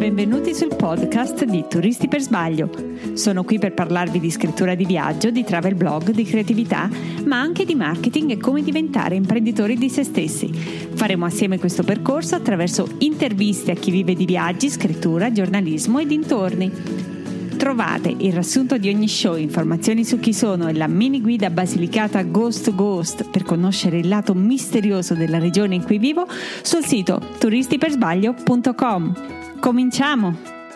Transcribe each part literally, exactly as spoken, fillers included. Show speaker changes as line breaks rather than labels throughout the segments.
benvenuti sul podcast di Turisti per Sbaglio. Sono qui per parlarvi di scrittura di viaggio, di travel blog, di creatività, ma anche di marketing e come diventare imprenditori di se stessi. Faremo assieme questo percorso attraverso interviste a chi vive di viaggi, scrittura, giornalismo e dintorni. Trovate il riassunto di ogni show, informazioni su chi sono e la mini guida Basilicata Ghost to Ghost per conoscere il lato misterioso della regione in cui vivo sul sito turisti per sbaglio punto com. Cominciamo!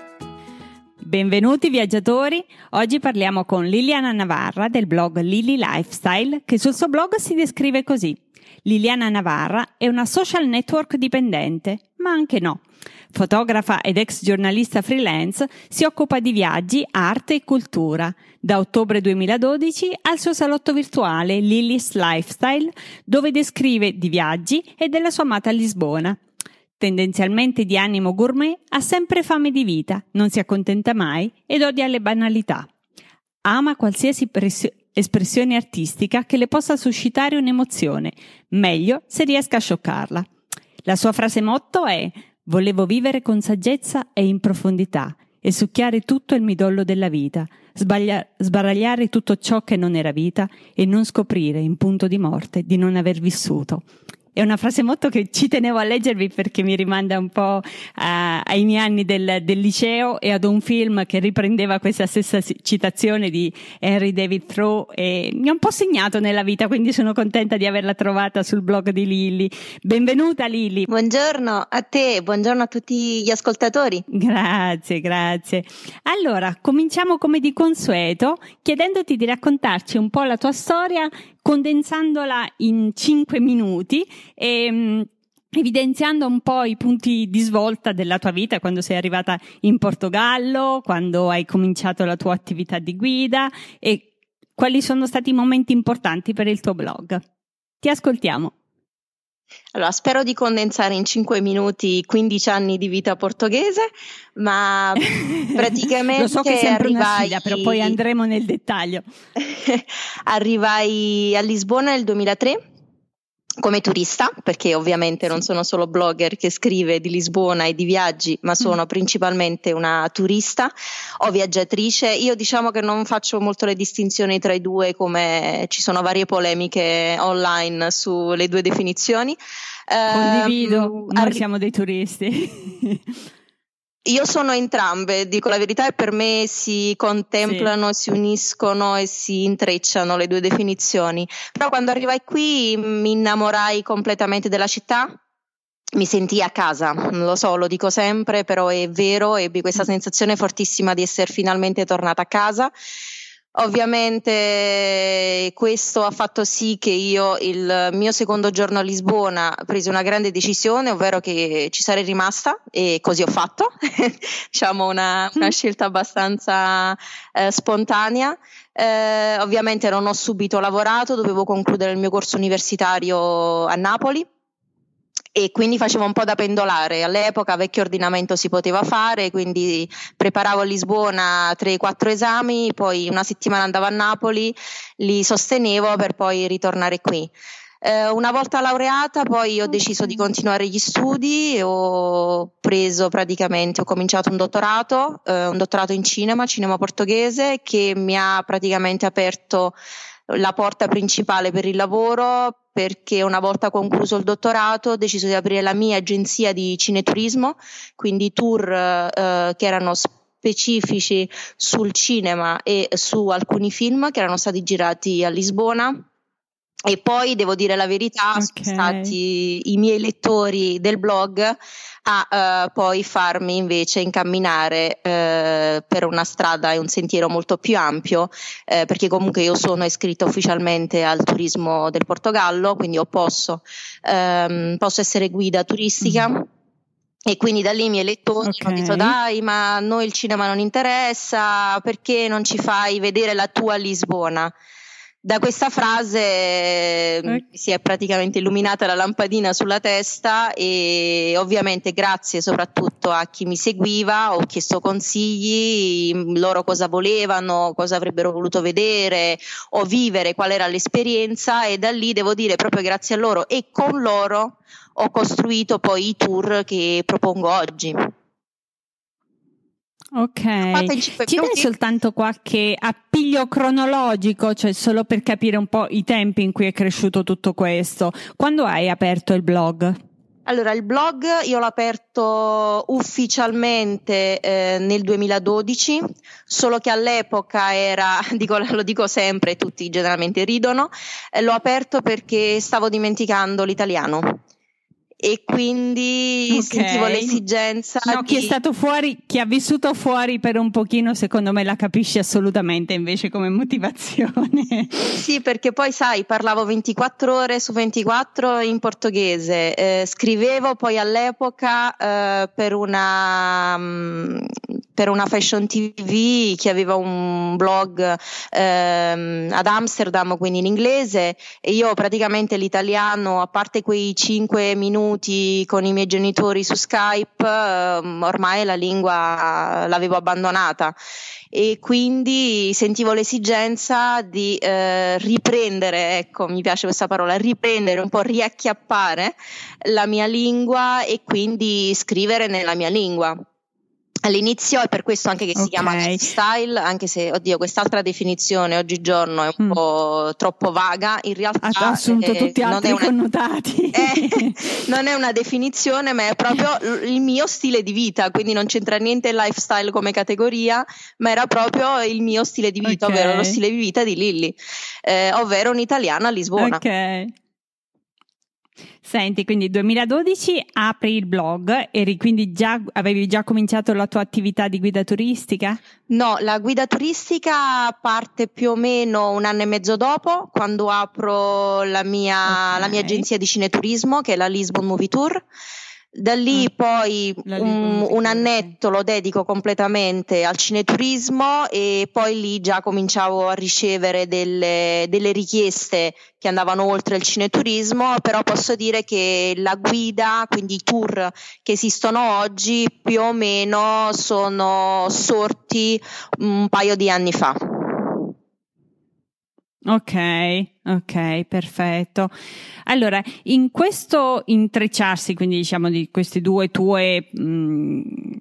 Benvenuti viaggiatori! Oggi parliamo con Liliana Navarra del blog Lily Lifestyle, che sul suo blog si descrive così. Liliana Navarra è una social network dipendente, ma anche no. Fotografa ed ex giornalista freelance, si occupa di viaggi, arte e cultura. Da ottobre duemiladodici al suo salotto virtuale Lily's Lifestyle, dove descrive di viaggi e della sua amata Lisbona. Tendenzialmente di animo gourmet, ha sempre fame di vita, non si accontenta mai ed odia le banalità. Ama qualsiasi pressio- espressione artistica che le possa suscitare un'emozione, meglio se riesca a scioccarla. La sua frase motto è: volevo vivere con saggezza e in profondità e succhiare tutto il midollo della vita, sbaglia- sbaragliare tutto ciò che non era vita e non scoprire in punto di morte di non aver vissuto. È una frase motto che ci tenevo a leggervi perché mi rimanda un po' a, ai miei anni del, del liceo e ad un film che riprendeva questa stessa citazione di Henry David Thoreau e mi ha un po' segnato nella vita, quindi sono contenta di averla trovata sul blog di Lily. Benvenuta Lily.
Buongiorno a te, buongiorno a tutti gli ascoltatori.
Grazie, grazie. Allora, cominciamo come di consueto chiedendoti di raccontarci un po' la tua storia, condensandola in cinque minuti e um, evidenziando un po' i punti di svolta della tua vita, quando sei arrivata in Portogallo, quando hai cominciato la tua attività di guida e quali sono stati i momenti importanti per il tuo blog. Ti ascoltiamo.
Allora, spero di condensare in cinque minuti quindici anni di vita portoghese, ma praticamente
lo so che è sempre
arrivai...
una sfida, però poi andremo nel dettaglio.
Arrivai a Lisbona nel duemilatré come turista, perché ovviamente non sono solo blogger che scrive di Lisbona e di viaggi, ma sono mm. principalmente una turista o viaggiatrice. Io diciamo che non faccio molto le distinzioni tra i due, come ci sono varie polemiche online sulle due definizioni.
Condivido, uh, noi arri- siamo dei turisti.
Io sono entrambe, dico la verità, e per me si contemplano, sì. si uniscono e si intrecciano le due definizioni. Però quando arrivai qui mi innamorai completamente della città, mi sentii a casa, non lo so, lo dico sempre, però è vero, ebbi questa sensazione fortissima di essere finalmente tornata a casa. Ovviamente questo ha fatto sì che io il mio secondo giorno a Lisbona presi una grande decisione, ovvero che ci sarei rimasta, e così ho fatto. Diciamo una, una scelta abbastanza eh, spontanea. Eh, ovviamente non ho subito lavorato, dovevo concludere il mio corso universitario a Napoli e quindi facevo un po' da pendolare. All'epoca vecchio ordinamento si poteva fare, quindi preparavo a Lisbona tre quattro esami, poi una settimana andavo a Napoli, li sostenevo per poi ritornare qui. Eh, una volta laureata poi ho deciso di continuare gli studi, ho preso praticamente, ho cominciato un dottorato, eh, un dottorato in cinema, cinema portoghese, che mi ha praticamente aperto la porta principale per il lavoro, perché una volta concluso il dottorato ho deciso di aprire la mia agenzia di cineturismo, quindi tour eh, che erano specifici sul cinema e su alcuni film che erano stati girati a Lisbona. E poi devo dire la verità, okay. sono stati i miei lettori del blog a uh, poi farmi invece incamminare uh, per una strada e un sentiero molto più ampio, uh, perché comunque io sono iscritta ufficialmente al turismo del Portogallo, quindi io posso, um, posso essere guida turistica. Mm. E quindi da lì i miei lettori okay. hanno detto: dai, ma a noi il cinema non interessa, perché non ci fai vedere la tua Lisbona? Da questa frase okay. si è praticamente illuminata la lampadina sulla testa, e ovviamente grazie soprattutto a chi mi seguiva ho chiesto consigli, loro cosa volevano, cosa avrebbero voluto vedere o vivere, qual era l'esperienza, e da lì devo dire proprio grazie a loro e con loro ho costruito poi i tour che propongo oggi.
Ok, ci dai soltanto qualche appiglio cronologico, cioè solo per capire un po' i tempi in cui è cresciuto tutto questo. Quando hai aperto il blog?
Allora, il blog io l'ho aperto ufficialmente eh, nel duemiladodici, solo che all'epoca era, dico, lo dico sempre, tutti generalmente ridono, eh, l'ho aperto perché stavo dimenticando l'italiano. E quindi okay. sentivo l'esigenza
no,
di...
chi è stato fuori, chi ha vissuto fuori per un pochino, secondo me la capisce assolutamente invece come motivazione.
Sì, perché poi sai, parlavo ventiquattro ore su ventiquattro in portoghese, eh, scrivevo poi all'epoca eh, per una mh, per una fashion T V che aveva un blog ehm, ad Amsterdam, quindi in inglese, e io praticamente l'italiano, a parte quei cinque minuti con i miei genitori su Skype, ehm, ormai la lingua l'avevo abbandonata. E quindi sentivo l'esigenza di eh, riprendere, ecco, mi piace questa parola, riprendere, un po' riacchiappare la mia lingua e quindi scrivere nella mia lingua. All'inizio è per questo anche che si okay. chiama lifestyle, anche se, oddio, quest'altra definizione oggigiorno è un mm. po' troppo vaga, in realtà
ha assunto eh, tutti altri non è una, connotati.
Eh, non è una definizione, ma è proprio il mio stile di vita, quindi non c'entra niente il lifestyle come categoria, ma era proprio il mio stile di vita, okay. ovvero lo stile di vita di Lilli, eh, ovvero un'italiana a Lisbona.
Ok. Senti, quindi duemiladodici apri il blog, eri quindi già, avevi già cominciato la tua attività di guida turistica?
No, la guida turistica parte più o meno un anno e mezzo dopo, quando apro la mia, okay. la mia agenzia di cineturismo, che è la Lisbon Movie Tour. Da lì mm. poi un, un annetto lo dedico completamente al cineturismo e poi lì già cominciavo a ricevere delle, delle richieste che andavano oltre il cineturismo, però posso dire che la guida, quindi i tour che esistono oggi, più o meno sono sorti un paio di anni fa.
Ok, ok, perfetto. Allora, in questo intrecciarsi, quindi diciamo di queste due tue mh,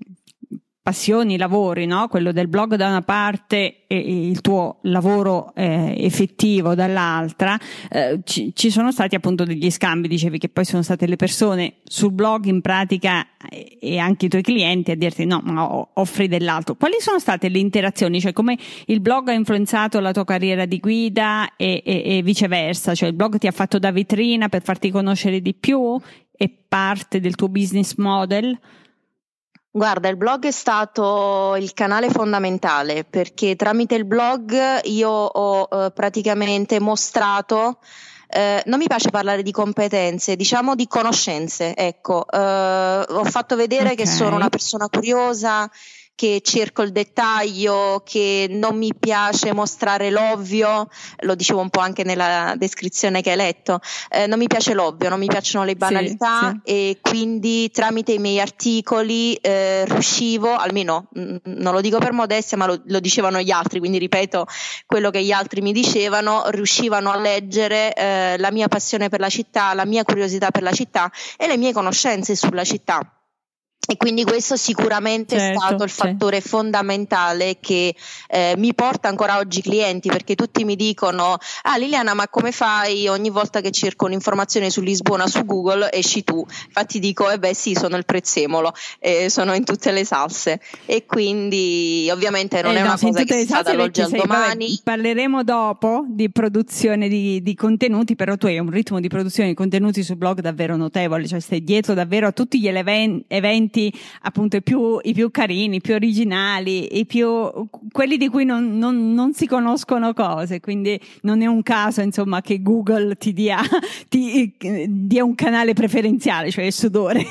passioni, lavori, no? Quello del blog da una parte e il tuo lavoro eh, effettivo dall'altra, eh, ci, ci sono stati appunto degli scambi, dicevi che poi sono state le persone sul blog in pratica e, e anche i tuoi clienti a dirti no, ma offri dell'altro. Quali sono state le interazioni? Cioè come il blog ha influenzato la tua carriera di guida e, e, e viceversa? Cioè il blog ti ha fatto da vetrina per farti conoscere di più? È parte del tuo business model?
Guarda, il blog è stato il canale fondamentale perché tramite il blog io ho eh, praticamente mostrato, eh, non mi piace parlare di competenze, diciamo di conoscenze, ecco, eh, ho fatto vedere okay. che sono una persona curiosa, che cerco il dettaglio, che non mi piace mostrare l'ovvio, lo dicevo un po' anche nella descrizione che hai letto, eh, non mi piace l'ovvio, non mi piacciono le banalità sì, sì. E quindi tramite i miei articoli eh, riuscivo, almeno mh, non lo dico per modestia, ma lo, lo dicevano gli altri, quindi ripeto quello che gli altri mi dicevano, riuscivano a leggere eh, la mia passione per la città, la mia curiosità per la città e le mie conoscenze sulla città. E quindi questo sicuramente certo, è stato il fattore certo. fondamentale che eh, mi porta ancora oggi clienti, perché tutti mi dicono ah Liliana, ma come fai ogni volta che cerco un'informazione su Lisbona su Google esci tu? Infatti dico eh beh sì, sono il prezzemolo, eh, sono in tutte le salse e quindi ovviamente non eh è no, una cosa che si fa dall'oggi al domani.
Vabbè, parleremo dopo di produzione di, di contenuti, però tu hai un ritmo di produzione di contenuti sul blog davvero notevole, cioè stai dietro davvero a tutti gli even- eventi appunto i più, i più carini, i più originali, i più, quelli di cui non, non, non si conoscono cose, quindi non è un caso insomma che Google ti dia, ti dia un canale preferenziale, cioè il sudore.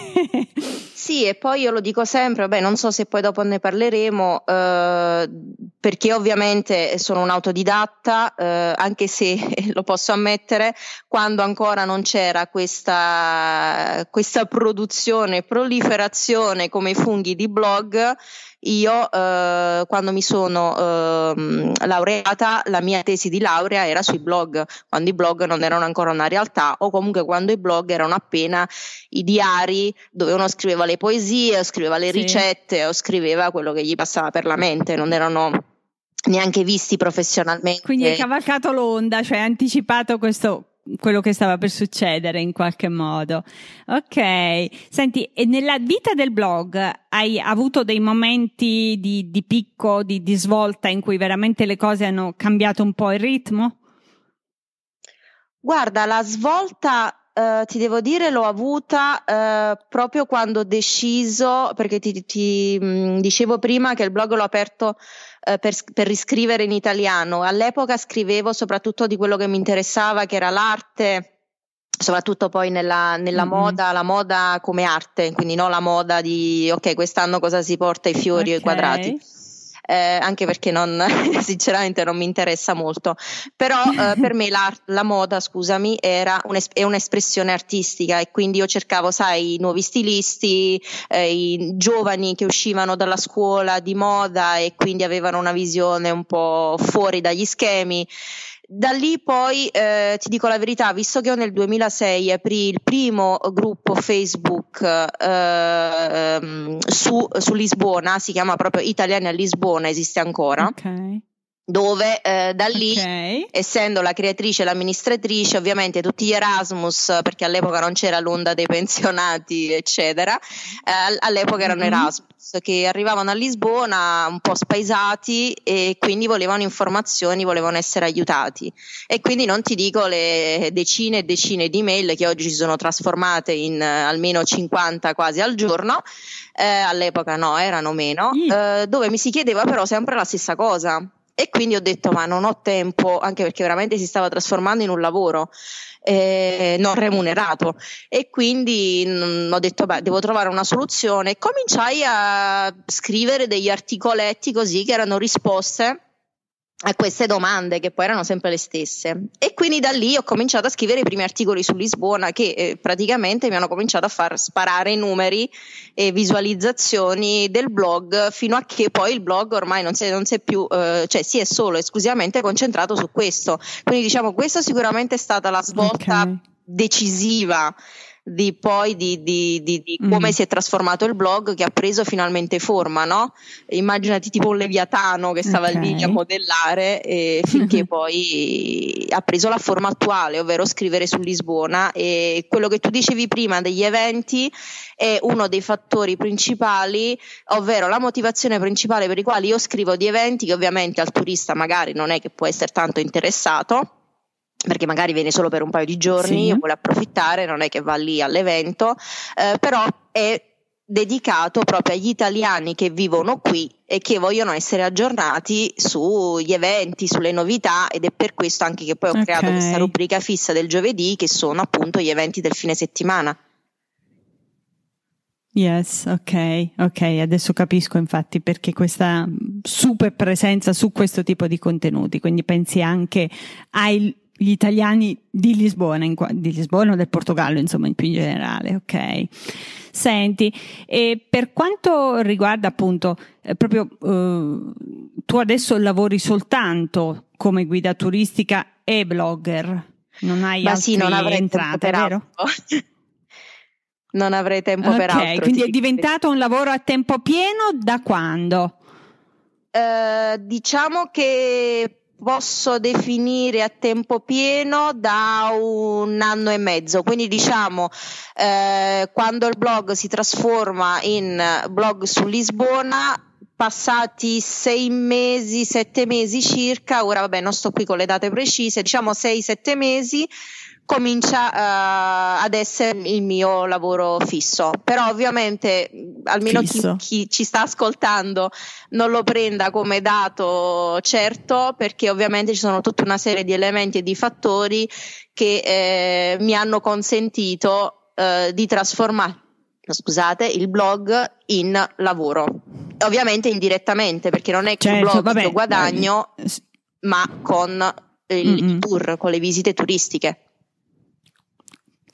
Sì, e poi io lo dico sempre, vabbè, non so se poi dopo ne parleremo, eh, perché ovviamente sono un autodidatta, eh, anche se lo posso ammettere, quando ancora non c'era questa, questa produzione, proliferazione come i funghi di blog, io eh, quando mi sono eh, laureata, la mia tesi di laurea era sui blog, quando i blog non erano ancora una realtà, o comunque quando i blog erano appena i diari dove uno scriveva le poesie, o scriveva le
Sì.
ricette, o scriveva quello che gli passava per la mente, non erano neanche visti professionalmente.
Quindi hai cavalcato l'onda, cioè hai anticipato questo, quello che stava per succedere in qualche modo. Ok, senti, e nella vita del blog hai avuto dei momenti di, di picco, di, di svolta in cui veramente le cose hanno cambiato un po' il ritmo?
Guarda, la svolta Uh, ti devo dire l'ho avuta uh, proprio quando ho deciso, perché ti, ti mh, dicevo prima che il blog l'ho aperto uh, per, per riscrivere in italiano. All'epoca scrivevo soprattutto di quello che mi interessava, che era l'arte, soprattutto poi nella, nella mm-hmm. moda, la moda come arte, quindi non la moda di ok, quest'anno cosa si porta, i fiori okay. o i quadrati. Eh, anche perché non, sinceramente non mi interessa molto, però eh, per me la, la moda, scusami, era un'es- è un'espressione artistica, e quindi io cercavo, sai, i nuovi stilisti, eh, i giovani che uscivano dalla scuola di moda e quindi avevano una visione un po' fuori dagli schemi. Da lì poi eh, ti dico la verità, visto che io nel duemilasei aprì il primo gruppo Facebook eh, su, su Lisbona, si chiama proprio Italiani a Lisbona, esiste ancora.
Okay.
Dove eh, da lì,
okay.
essendo la creatrice e l'amministratrice, ovviamente tutti gli Erasmus, perché all'epoca non c'era l'onda dei pensionati eccetera, eh, all'epoca erano mm-hmm. Erasmus che arrivavano a Lisbona un po' spaesati e quindi volevano informazioni, volevano essere aiutati, e quindi non ti dico le decine e decine di mail che oggi si sono trasformate in uh, almeno cinquanta quasi al giorno, eh, all'epoca no, erano meno, mm. eh, dove mi si chiedeva però sempre la stessa cosa. E quindi ho detto ma non ho tempo, anche perché veramente si stava trasformando in un lavoro eh, non remunerato, e quindi mh, ho detto beh, devo trovare una soluzione, e cominciai a scrivere degli articoletti così che erano risposte a queste domande che poi erano sempre le stesse, e quindi da lì ho cominciato a scrivere i primi articoli su Lisbona che eh, praticamente mi hanno cominciato a far sparare i numeri e visualizzazioni del blog, fino a che poi il blog ormai non si è, non si è più eh, cioè si è solo esclusivamente concentrato su questo, quindi diciamo questa sicuramente è stata la svolta okay. decisiva di poi di, di, di, di come mm. si è trasformato il blog, che ha preso finalmente forma, no? Immaginati tipo un Leviatano che stava okay. lì a modellare e finché poi ha preso la forma attuale, ovvero scrivere su Lisbona. E quello che tu dicevi prima degli eventi è uno dei fattori principali, ovvero la motivazione principale per i quali io scrivo di eventi che ovviamente al turista magari non è che può essere tanto interessato, perché magari viene solo per un paio di giorni, sì. vuole approfittare, non è che va lì all'evento, eh, però è dedicato proprio agli italiani che vivono qui e che vogliono essere aggiornati sugli eventi, sulle novità, ed è per questo anche che poi ho okay. creato questa rubrica fissa del giovedì, che sono appunto gli eventi del fine settimana.
Yes, ok, ok, adesso capisco infatti perché questa super presenza su questo tipo di contenuti, quindi pensi anche ai gli italiani di Lisbona, in, di Lisbona o del Portogallo, insomma, in più in generale, ok. Senti, e per quanto riguarda appunto eh, proprio eh, tu adesso lavori soltanto come guida turistica e blogger, non hai
Ma
altri
sì, non avrei
entrate, vero?
Non avrei tempo
okay,
per altro.
Quindi è diventato un lavoro a tempo pieno da quando?
Eh, diciamo che posso definire a tempo pieno da un anno e mezzo, quindi diciamo eh, quando il blog si trasforma in blog su Lisbona, passati sei mesi, sette mesi circa, ora vabbè non sto qui con le date precise, diciamo sei sette mesi, comincia uh, ad essere il mio lavoro fisso, però ovviamente almeno chi, chi ci sta ascoltando non lo prenda come dato certo, perché ovviamente ci sono tutta una serie di elementi e di fattori che eh, mi hanno consentito eh, di trasformare scusate, il blog in lavoro, ovviamente indirettamente, perché non è che certo, il blog vabbè, lo guadagno eh, ma con il, il tour, con le visite turistiche.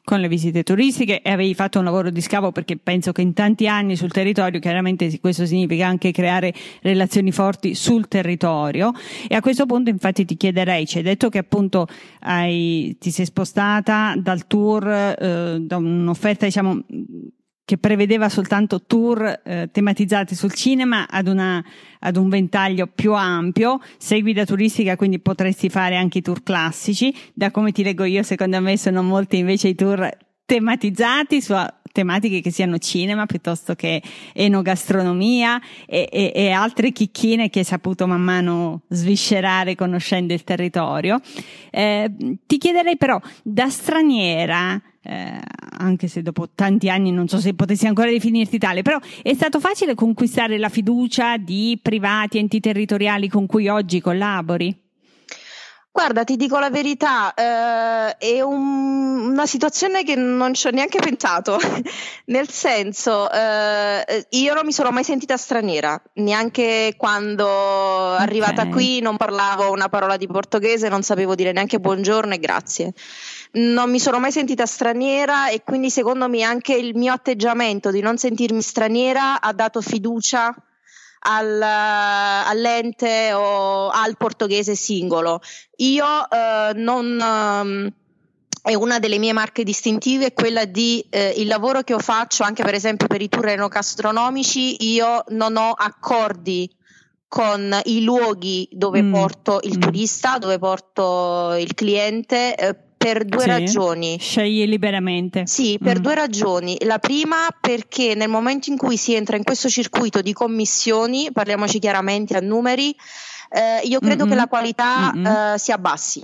con le visite turistiche e avevi fatto un lavoro di scavo, perché penso che in tanti anni sul territorio, chiaramente questo significa anche creare relazioni forti sul territorio. E a questo punto infatti ti chiederei, ci hai detto che appunto hai, ti sei spostata dal tour, eh, da un'offerta diciamo che prevedeva soltanto tour eh, tematizzati sul cinema ad, una, ad un ventaglio più ampio. Sei guida turistica, quindi potresti fare anche i tour classici. Da come ti leggo io, secondo me sono molti invece i tour tematizzati su tematiche che siano cinema piuttosto che enogastronomia e, e, e altre chicchine che hai saputo man mano sviscerare conoscendo il territorio. Eh, ti chiederei però, da straniera, Eh, anche se dopo tanti anni non so se potessi ancora definirti tale, però è stato facile conquistare la fiducia di privati, enti territoriali con cui oggi collabori?
Guarda, ti dico la verità, eh, è un, una situazione che non ci ho neanche pensato, nel senso, eh, io non mi sono mai sentita straniera, neanche quando okay. arrivata qui non parlavo una parola di portoghese, non sapevo dire neanche buongiorno e grazie. Non mi sono mai sentita straniera e quindi secondo me anche il mio atteggiamento di non sentirmi straniera ha dato fiducia al, all'ente o al portoghese singolo. Io eh, non um, è una delle mie marche distintive, quella di eh, il lavoro che io faccio anche per esempio per i tour enogastronomici. Io non ho accordi con i luoghi dove mm. porto il mm. turista, dove porto il cliente, eh, per due sì, ragioni.
Scegli liberamente.
Sì, per mm. due ragioni. La prima perché nel momento in cui si entra in questo circuito di commissioni, parliamoci chiaramente a numeri, eh, io credo mm-hmm. che la qualità eh, si abbassi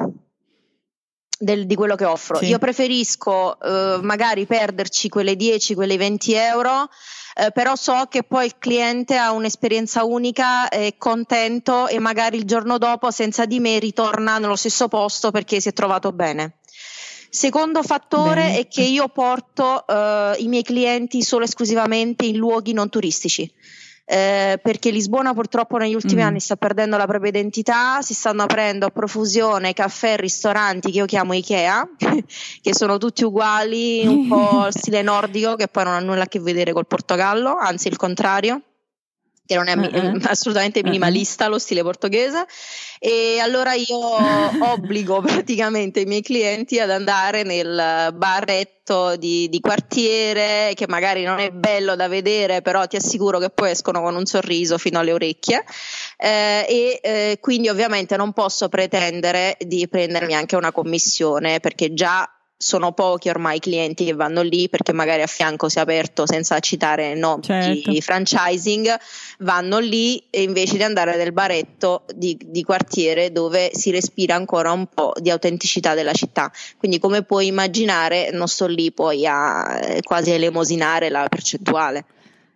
del, di quello che offro. Sì. Io preferisco eh, magari perderci quelle dieci, quelle venti euro, eh, però so che poi il cliente ha un'esperienza unica, è contento e magari il giorno dopo senza di me ritorna nello stesso posto perché si è trovato bene. Secondo fattore Bene. È che io porto uh, i miei clienti solo esclusivamente in luoghi non turistici, eh, perché Lisbona purtroppo negli ultimi mm. anni sta perdendo la propria identità, si stanno aprendo a profusione caffè e ristoranti che io chiamo Ikea, che sono tutti uguali, un po' stile nordico, che poi non ha nulla a che vedere col Portogallo, anzi il contrario, che non è uh-uh. assolutamente minimalista uh-uh. lo stile portoghese. E allora io obbligo praticamente i miei clienti ad andare nel baretto di, di quartiere, che magari non è bello da vedere, però ti assicuro che poi escono con un sorriso fino alle orecchie, eh, e eh, quindi ovviamente non posso pretendere di prendermi anche una commissione, perché già sono pochi ormai i clienti che vanno lì, perché magari a fianco si è aperto, senza citare nomi certo. di franchising, vanno lì e invece di andare nel baretto di, di quartiere dove si respira ancora un po' di autenticità della città. Quindi come puoi immaginare non sto lì poi a quasi a elemosinare la percentuale.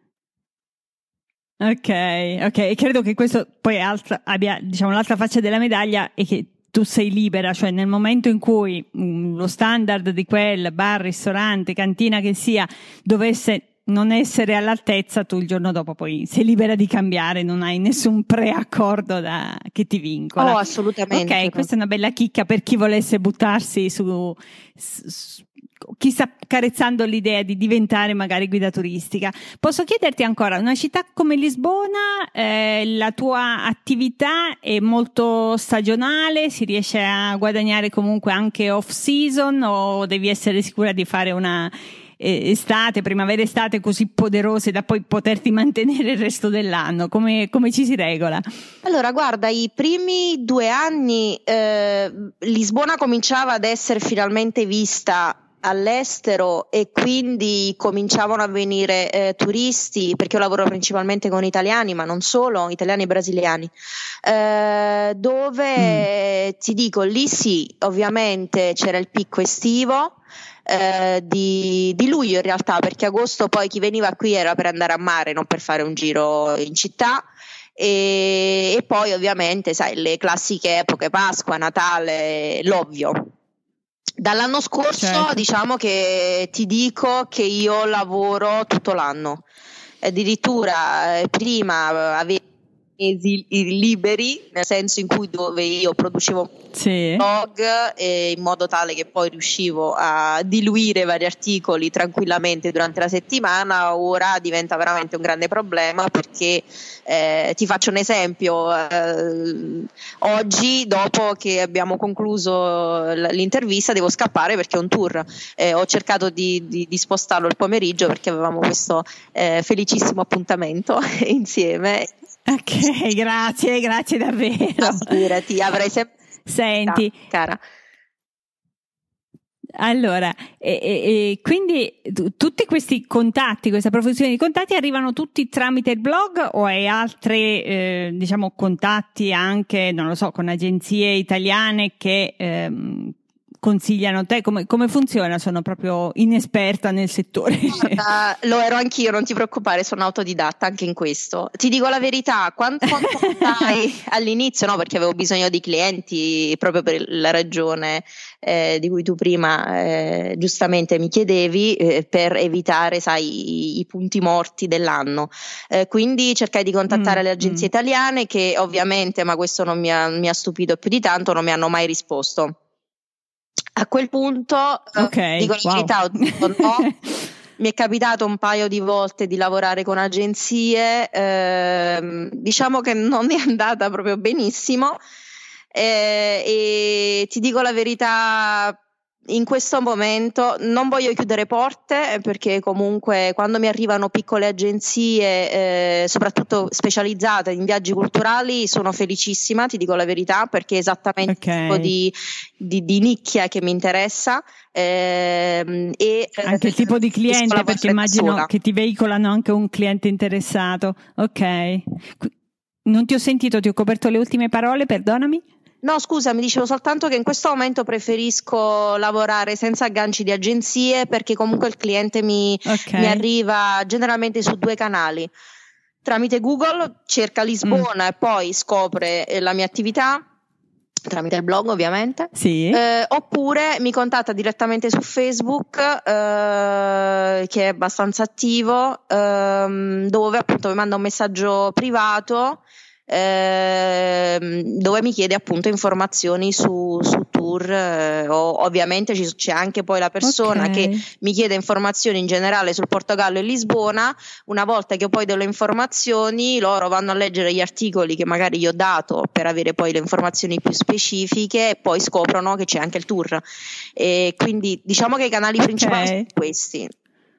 Ok, ok, credo che questo poi altra, abbia diciamo l'altra faccia della medaglia, è che tu sei libera, cioè nel momento in cui mh, lo standard di quel bar, ristorante, cantina che sia dovesse non essere all'altezza, tu il giorno dopo poi sei libera di cambiare, non hai nessun preaccordo da, che ti vincola.
Oh, assolutamente.
Ok, questa è una bella chicca per chi volesse buttarsi su, su chi sta carezzando l'idea di diventare magari guida turistica. Posso chiederti ancora, una città come Lisbona, eh, la tua attività è molto stagionale, si riesce a guadagnare comunque anche off season, o devi essere sicura di fare una estate, primavera estate così poderose da poi poterti mantenere il resto dell'anno? Come, come ci si regola?
Allora guarda, i primi due anni eh, Lisbona cominciava ad essere finalmente vista all'estero e quindi cominciavano a venire eh, turisti, perché io lavoro principalmente con italiani, ma non solo, italiani e brasiliani, eh, dove mm. ti dico, lì sì, ovviamente c'era il picco estivo, Eh, di, di luglio in realtà, perché agosto poi chi veniva qui era per andare a mare, non per fare un giro in città, e, e poi ovviamente sai le classiche epoche, Pasqua, Natale, l'ovvio. Dall'anno scorso certo. diciamo che ti dico che io lavoro tutto l'anno, addirittura eh, prima avevo mesi liberi, nel senso in cui dove io producevo
sì.
blog eh, in modo tale che poi riuscivo a diluire vari articoli tranquillamente durante la settimana. Ora diventa veramente un grande problema perché eh, ti faccio un esempio, eh, oggi dopo che abbiamo concluso l'intervista devo scappare perché è un tour, eh, ho cercato di, di, di spostarlo il pomeriggio perché avevamo questo eh, felicissimo appuntamento insieme.
Ok, grazie, grazie davvero.
Figurati, avrei sempre.
Senti,
cara.
Allora, e, e, e quindi t- tutti questi contatti, questa profusione di contatti arrivano tutti tramite il blog o hai altri, eh, diciamo, contatti anche, non lo so, con agenzie italiane che ehm, consigliano te? Come, come funziona? Sono proprio inesperta nel settore.
Guarda, lo ero anch'io, non ti preoccupare, sono autodidatta anche in questo. Ti dico la verità, quando contattai all'inizio, no, perché avevo bisogno di clienti proprio per la ragione eh, di cui tu prima eh, giustamente mi chiedevi, eh, per evitare, sai, i, i punti morti dell'anno. Eh, quindi cercai di contattare
mm,
le agenzie
mm.
italiane che ovviamente, ma questo non mi ha, mi ha stupito più di tanto, non mi hanno mai risposto. A quel punto,
okay,
dico la
wow.
verità, ho detto no. Mi è capitato un paio di volte di lavorare con agenzie, ehm, diciamo che non è andata proprio benissimo, eh, e ti dico la verità, in questo momento non voglio chiudere porte perché comunque quando mi arrivano piccole agenzie, eh, soprattutto specializzate in viaggi culturali, sono felicissima, ti dico la verità, perché è esattamente okay. il tipo di, di, di nicchia che mi interessa. Ehm, e
anche il tipo di cliente, perché immagino sola. Che ti veicolano anche un cliente interessato. Ok, non ti ho sentito, ti ho coperto le ultime parole, perdonami.
No, scusa, mi dicevo soltanto che in questo momento preferisco lavorare senza agganci di agenzie perché comunque il cliente mi, okay. mi arriva generalmente su due canali. Tramite Google cerca Lisbona mm. e poi scopre la mia attività, tramite il blog ovviamente,
sì.
eh, oppure mi contatta direttamente su Facebook, eh, che è abbastanza attivo, eh, dove appunto mi manda un messaggio privato, eh, dove mi chiede appunto informazioni su, su tour, eh, o, ovviamente ci, c'è anche poi la persona okay. che mi chiede informazioni in generale sul Portogallo e Lisbona. Una volta che ho poi delle informazioni, loro vanno a leggere gli articoli che magari gli ho dato per avere poi le informazioni più specifiche e poi scoprono che c'è anche il tour, e quindi diciamo che i canali principali okay. sono questi.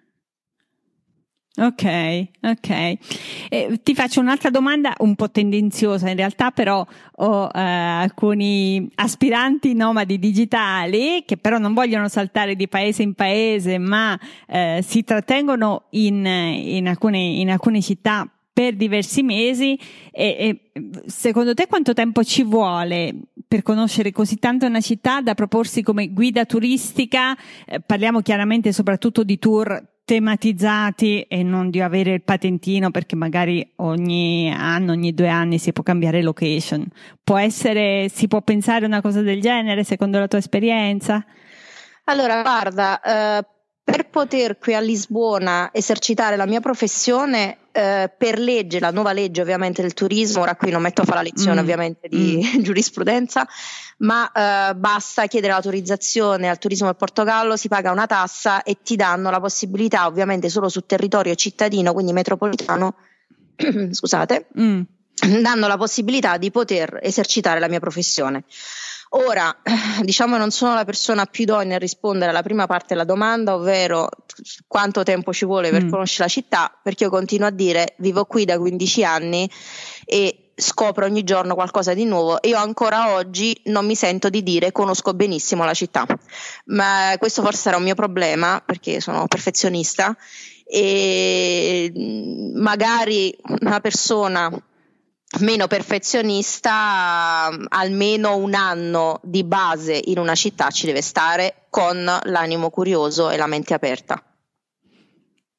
Ok, ok. Eh, ti faccio un'altra domanda un po' tendenziosa in realtà, però ho eh, alcuni aspiranti nomadi digitali che però non vogliono saltare di paese in paese, ma eh, si trattengono in, in, alcune, in alcune città per diversi mesi. E, e secondo te quanto tempo ci vuole per conoscere così tanto una città da proporsi come guida turistica? Eh, parliamo chiaramente soprattutto di tour tematizzati e non di avere il patentino, perché magari ogni anno, ogni due anni si può cambiare location. Può essere, si può pensare una cosa del genere secondo la tua esperienza?
Allora, guarda, eh, per poter qui a Lisbona esercitare la mia professione, eh, per legge, la nuova legge ovviamente del turismo, ora qui non metto a fare la lezione mm. ovviamente di mm. giurisprudenza, ma eh, basta chiedere l'autorizzazione al turismo del Portogallo, si paga una tassa e ti danno la possibilità, ovviamente solo su territorio cittadino, quindi metropolitano, scusate, mm. danno la possibilità di poter esercitare la mia professione. Ora, diciamo, non sono la persona più idonea a rispondere alla prima parte della domanda, ovvero quanto tempo ci vuole per mm. conoscere la città, perché io continuo a dire, vivo qui da quindici anni e scopro ogni giorno qualcosa di nuovo, e io ancora oggi non mi sento di dire conosco benissimo la città, ma questo forse sarà un mio problema perché sono perfezionista, e magari una persona meno perfezionista almeno un anno di base in una città ci deve stare, con l'animo curioso e la mente aperta.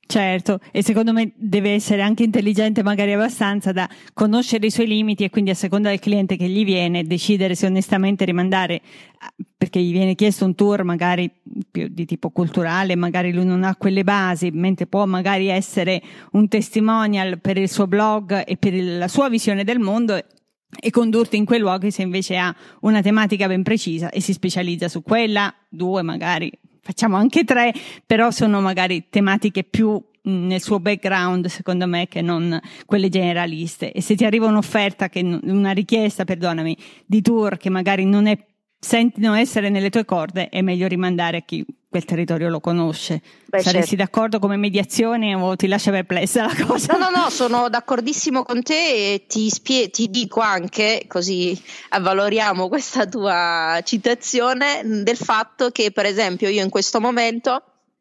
Certo, e secondo me deve essere anche intelligente magari abbastanza da conoscere i suoi limiti e quindi a seconda del cliente che gli viene decidere se onestamente rimandare, perché gli viene chiesto un tour magari più di tipo culturale, magari lui non ha quelle basi, mentre può magari essere un testimonial per il suo blog e per la sua visione del mondo e condurti in quei luoghi se invece ha una tematica ben precisa e si specializza su quella, due magari. Facciamo anche tre, però sono magari tematiche più nel suo background, secondo me, che non quelle generaliste. E se ti arriva un'offerta, che una richiesta, perdonami, di tour che magari non è, sentono essere nelle tue corde, è meglio rimandare a chi quel territorio lo conosce.
Beh,
Saresti
certo.
d'accordo come mediazione o ti lascia perplessa la cosa?
No, no, no, sono d'accordissimo con te e ti, spie- ti dico anche, così avvaloriamo questa tua citazione, del fatto che per esempio io in questo momento,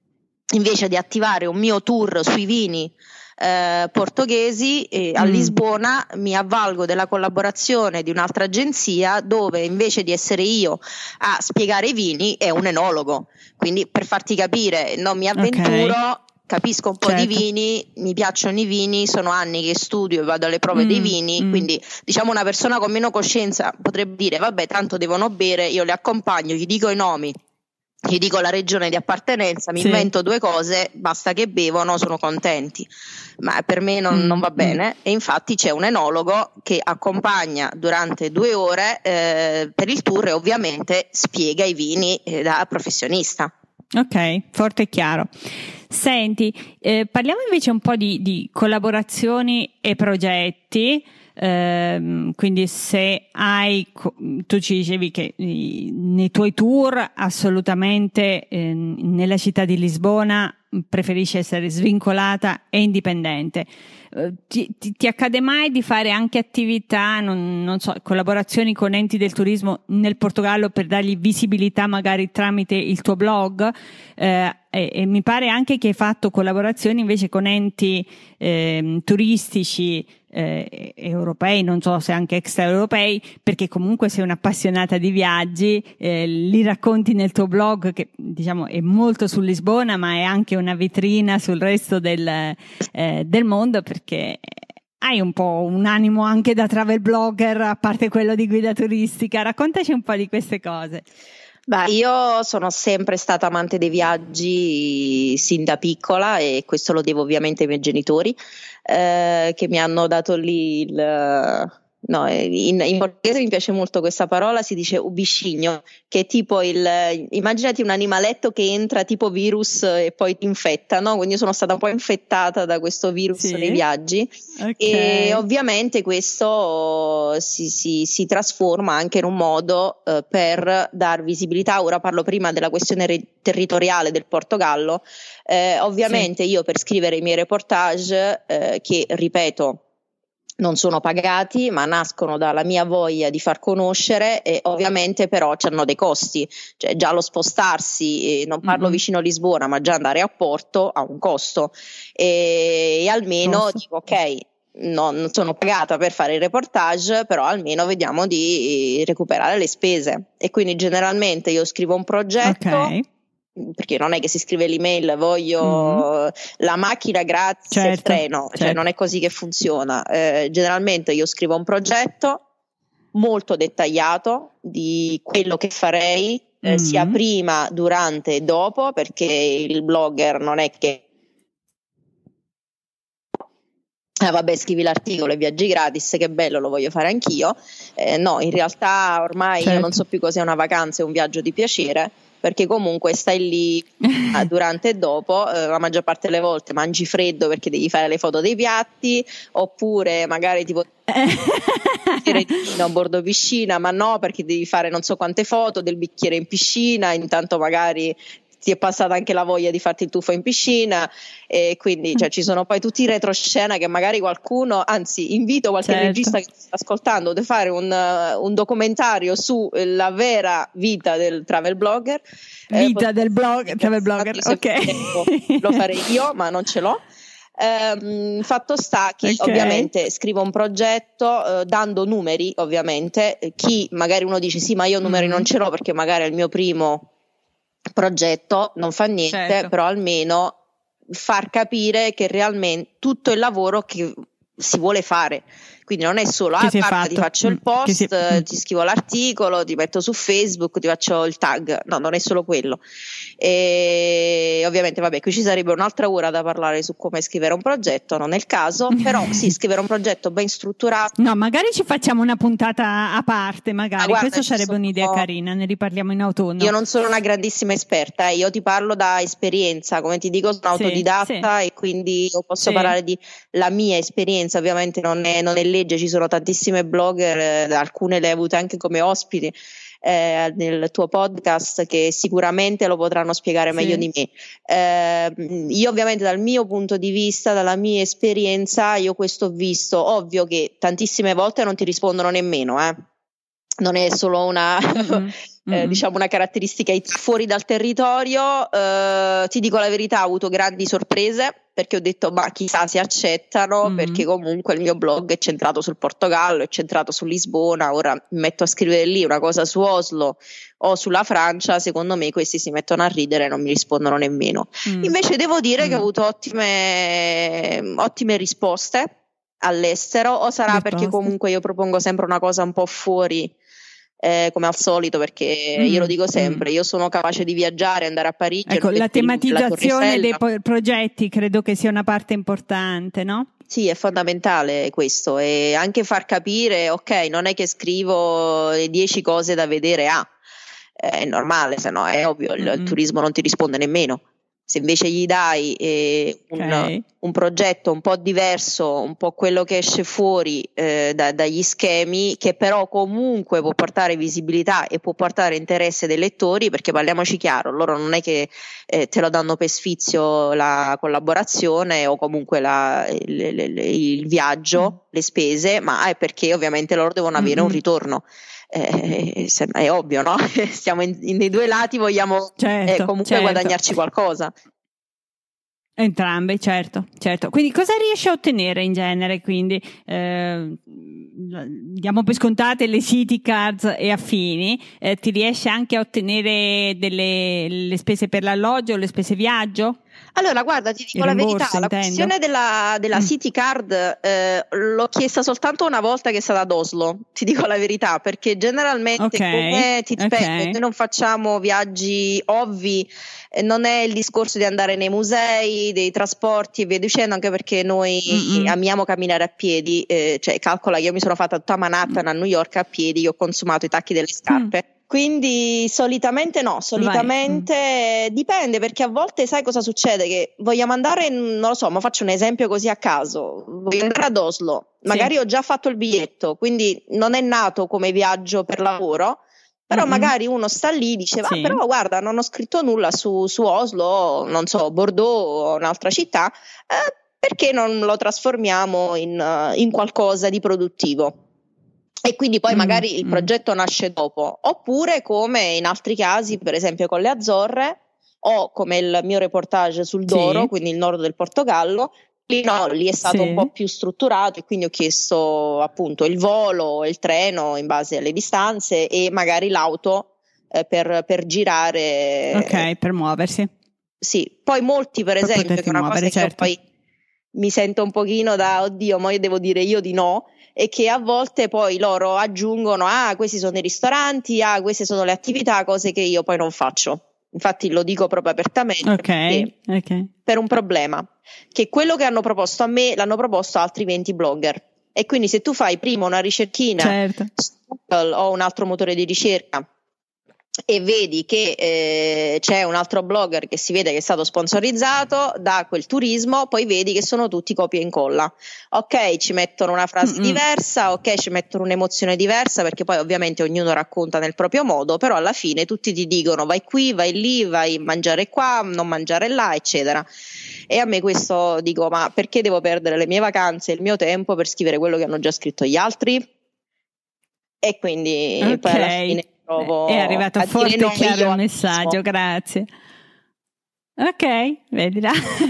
invece di attivare un mio tour sui vini eh, portoghesi eh, a
Mm.
Lisbona, mi avvalgo della collaborazione di un'altra agenzia dove invece di essere io a spiegare i vini è un enologo. Quindi per farti capire, non mi avventuro,
Ok.
capisco un po'
Certo.
di vini, mi piacciono i vini, sono anni che studio e vado alle prove
Mm,
dei vini,
mm.
quindi diciamo una persona con meno coscienza potrebbe dire vabbè tanto devono bere, io li accompagno, gli dico i nomi, gli dico la regione di appartenenza, mi
Sì.
invento due cose, basta che bevono, sono contenti. Ma per me non,
Mm,
non va
mm.
bene e infatti c'è un enologo che accompagna durante due ore eh, per il tour e ovviamente spiega i vini eh, da professionista.
Ok, forte e chiaro. Senti, eh, parliamo invece un po' di, di collaborazioni e progetti. Ehm, quindi se hai, co- tu ci dicevi che eh, nei tuoi tour assolutamente eh, nella città di Lisbona preferisci essere svincolata e indipendente. Eh, ti, ti, ti accade mai di fare anche attività, non, non so, collaborazioni con enti del turismo nel Portogallo per dargli visibilità magari tramite il tuo blog? Eh, e, e mi pare anche che hai fatto collaborazioni invece con enti eh, turistici eh, europei, non so se anche extraeuropei, perché comunque sei un'appassionata di viaggi, eh, li racconti nel tuo blog che diciamo è molto su Lisbona ma è anche una vetrina sul resto del, eh, del mondo, perché hai un po' un animo anche da travel blogger, a parte quello di guida turistica. Raccontaci un po' di queste cose.
Beh, io sono sempre stata amante dei viaggi sin da piccola e questo lo devo ovviamente ai miei genitori eh, che mi hanno dato lì il... No, in, in portoghese mi piace molto questa parola, si dice o bichinho, che è tipo il, immaginati un animaletto che entra tipo virus e poi ti infetta, no? Quindi io sono stata un po' infettata da questo virus
Sì.
nei viaggi.
Okay.
E ovviamente questo si, si, si trasforma anche in un modo eh, per dar visibilità. Ora parlo prima della questione re- territoriale del Portogallo. Eh, ovviamente sì. Io per scrivere i miei reportage, eh, che ripeto, non sono pagati ma nascono dalla mia voglia di far conoscere e ovviamente però c'hanno dei costi, cioè già lo spostarsi, eh, non parlo mm-hmm. vicino a Lisbona ma già andare a Porto ha un costo e, e almeno Posso. dico ok, non sono pagata per fare il reportage però almeno vediamo di recuperare le spese e quindi generalmente io scrivo un progetto okay. Perché non è che si scrive l'email voglio mm-hmm. la macchina grazie certo, il treno, certo. Cioè non è così che funziona. Eh, generalmente io scrivo un progetto molto dettagliato di quello che farei eh, mm-hmm. sia prima, durante e dopo, perché il blogger non è che ah, vabbè scrivi l'articolo e viaggi gratis, che bello, lo voglio fare anch'io. Eh, no, in realtà ormai certo. Io non so più cos'è una vacanza e un viaggio di piacere, perché comunque stai lì durante e dopo, eh, la maggior parte delle volte mangi freddo perché devi fare le foto dei piatti, oppure magari tipo a bordo piscina, ma no perché devi fare non so quante foto del bicchiere in piscina, intanto magari ti è passata anche la voglia di farti il tuffo in piscina e quindi cioè, ci sono poi tutti i retroscena che magari qualcuno, anzi invito qualche certo. regista che sta ascoltando a fare un, uh, un documentario sulla vera vita del travel blogger.
Vita eh, del blog, travel blogger, ok.
Lo farei io ma non ce l'ho. Um, fatto sta che okay. ovviamente scrivo un progetto uh, dando numeri ovviamente, chi magari uno dice sì ma io numeri mm. non ce l'ho perché magari è il mio primo progetto, non fa niente, certo. Però almeno far capire che realmente tutto il lavoro che si vuole fare. Quindi non è solo, ah, guarda, ti faccio il post, si... ti scrivo l'articolo, ti metto su Facebook, ti faccio il tag. No, non è solo quello. E ovviamente, vabbè, qui ci sarebbe un'altra ora da parlare su come scrivere un progetto, non è il caso, però sì, scrivere un progetto ben strutturato.
No, magari ci facciamo una puntata a parte, magari, ah, guarda, questo sarebbe sono... un'idea carina, ne riparliamo in autunno.
Io non sono una grandissima esperta, eh. Io ti parlo da esperienza, come ti dico sono sì, autodidatta sì. E quindi io posso sì. parlare di la mia esperienza, ovviamente non è, non è legge, ci sono tantissime blogger, eh, alcune le hai avute anche come ospiti eh, nel tuo podcast che sicuramente lo potranno spiegare sì. meglio di me. Eh, io ovviamente dal mio punto di vista, dalla mia esperienza, io questo ho visto, ovvio che tantissime volte non ti rispondono nemmeno, eh. Non è solo una mm-hmm. eh, diciamo una caratteristica fuori dal territorio, eh, ti dico la verità, ho avuto grandi sorprese perché ho detto ma chissà se accettano, mm-hmm. perché comunque il mio blog è centrato sul Portogallo, è centrato su Lisbona, ora mi metto a scrivere lì una cosa su Oslo o sulla Francia, secondo me questi si mettono a ridere e non mi rispondono nemmeno. Mm. Invece devo dire mm. che ho avuto ottime, ottime risposte all'estero, o sarà risposte. Perché comunque io propongo sempre una cosa un po' fuori Eh, come al solito, perché mm, io lo dico sempre, mm. io sono capace di viaggiare, andare a Parigi.
Ecco, la tematizzazione dei po- progetti credo che sia una parte importante, no?
Sì, è fondamentale questo, e anche far capire, ok, non è che scrivo le dieci cose da vedere a, ah, è normale, se no è ovvio, il, mm. il turismo non ti risponde nemmeno. Se invece gli dai eh, un, okay. un progetto un po' diverso, un po' quello che esce fuori eh, da, dagli schemi, che però comunque può portare visibilità e può portare interesse dei lettori, perché parliamoci chiaro, loro non è che eh, te lo danno per sfizio la collaborazione o comunque la, il, il, il viaggio, mm. le spese, ma è perché ovviamente loro devono avere mm-hmm. un ritorno. Eh, è ovvio, no? Stiamo in, in, nei due lati, vogliamo certo, eh, comunque certo. guadagnarci qualcosa.
Entrambi, certo, certo. Quindi cosa riesci a ottenere in genere? Quindi eh, diamo per scontate le city cards e affini, eh, ti riesci anche a ottenere delle le spese per l'alloggio, le spese viaggio?
Allora, guarda, ti dico la verità, la questione della, della mm. City Card eh, l'ho chiesta soltanto una volta che è stata ad Oslo, ti dico la verità, perché generalmente okay. come ti ripeto, okay. noi non facciamo viaggi ovvi, eh, non è il discorso di andare nei musei, dei trasporti e via dicendo, anche perché noi mm-hmm. amiamo camminare a piedi, eh, cioè calcola che io mi sono fatta tutta Manhattan a New York a piedi, io ho consumato i tacchi delle scarpe. Mm. Quindi solitamente no, solitamente Vai. dipende, perché a volte sai cosa succede? Che vogliamo andare, non lo so, ma faccio un esempio così a caso, voglio andare ad Oslo, magari sì. ho già fatto il biglietto, quindi non è nato come viaggio per lavoro, però mm-hmm. magari uno sta lì, dice sì. ah, però guarda, non ho scritto nulla su, su Oslo, non so, Bordeaux o un'altra città, eh, perché non lo trasformiamo in, in qualcosa di produttivo? E quindi poi magari mm, il progetto mm. nasce dopo, oppure come in altri casi, per esempio con le Azzorre, o come il mio reportage sul Douro, sì. quindi il nord del Portogallo, lì no, lì è stato sì. un po' più strutturato, e quindi ho chiesto appunto il volo, il treno in base alle distanze e magari l'auto eh, per, per girare.
Ok, per muoversi.
Sì, poi molti per, per esempio, che è una muovere, cosa certo. che io poi mi sento un pochino da oddio, ma io devo dire io di no, e che a volte poi loro aggiungono ah questi sono i ristoranti, ah queste sono le attività, cose che io poi non faccio. Infatti lo dico proprio apertamente,
okay, okay.
per un problema, che quello che hanno proposto a me l'hanno proposto altri venti blogger, e quindi se tu fai prima una ricerchina
certo.
su Google o un altro motore di ricerca e vedi che eh, c'è un altro blogger che si vede che è stato sponsorizzato da quel turismo, poi vedi che sono tutti copia e incolla. Ok, ci mettono una frase Mm-mm. diversa, ok, ci mettono un'emozione diversa, perché poi ovviamente ognuno racconta nel proprio modo, però alla fine tutti ti dicono vai qui, vai lì, vai a mangiare qua, non mangiare là, eccetera. E a me questo dico, ma perché devo perdere le mie vacanze e il mio tempo per scrivere quello che hanno già scritto gli altri? E quindi okay. poi alla fine
è arrivato forte e chiaro il messaggio, grazie. Ok, vedila.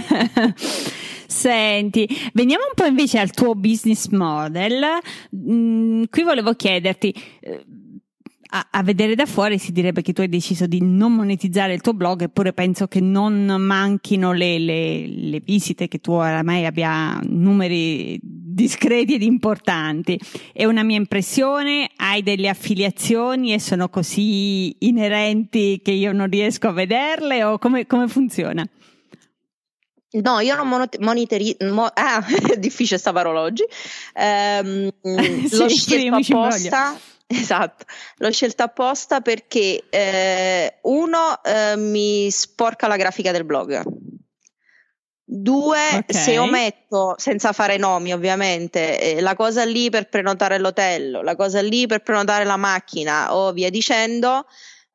Senti, veniamo un po' invece al tuo business model. Mm, qui volevo chiederti, A, a vedere da fuori si direbbe che tu hai deciso di non monetizzare il tuo blog, eppure penso che non manchino le, le, le visite, che tu oramai abbia numeri discreti ed importanti. È una mia impressione? Hai delle affiliazioni e sono così inerenti che io non riesco a vederle, o come, come funziona?
No, io non monetizzo, mo, ah, è difficile sta parola oggi, ehm,
sì,
l'ho scelto
sì,
apposta, esatto, l'ho scelto apposta perché eh, uno eh, mi sporca la grafica del blog, due, okay. Se ometto, senza fare nomi ovviamente, eh, la cosa lì per prenotare l'hotel, la cosa lì per prenotare la macchina o via dicendo,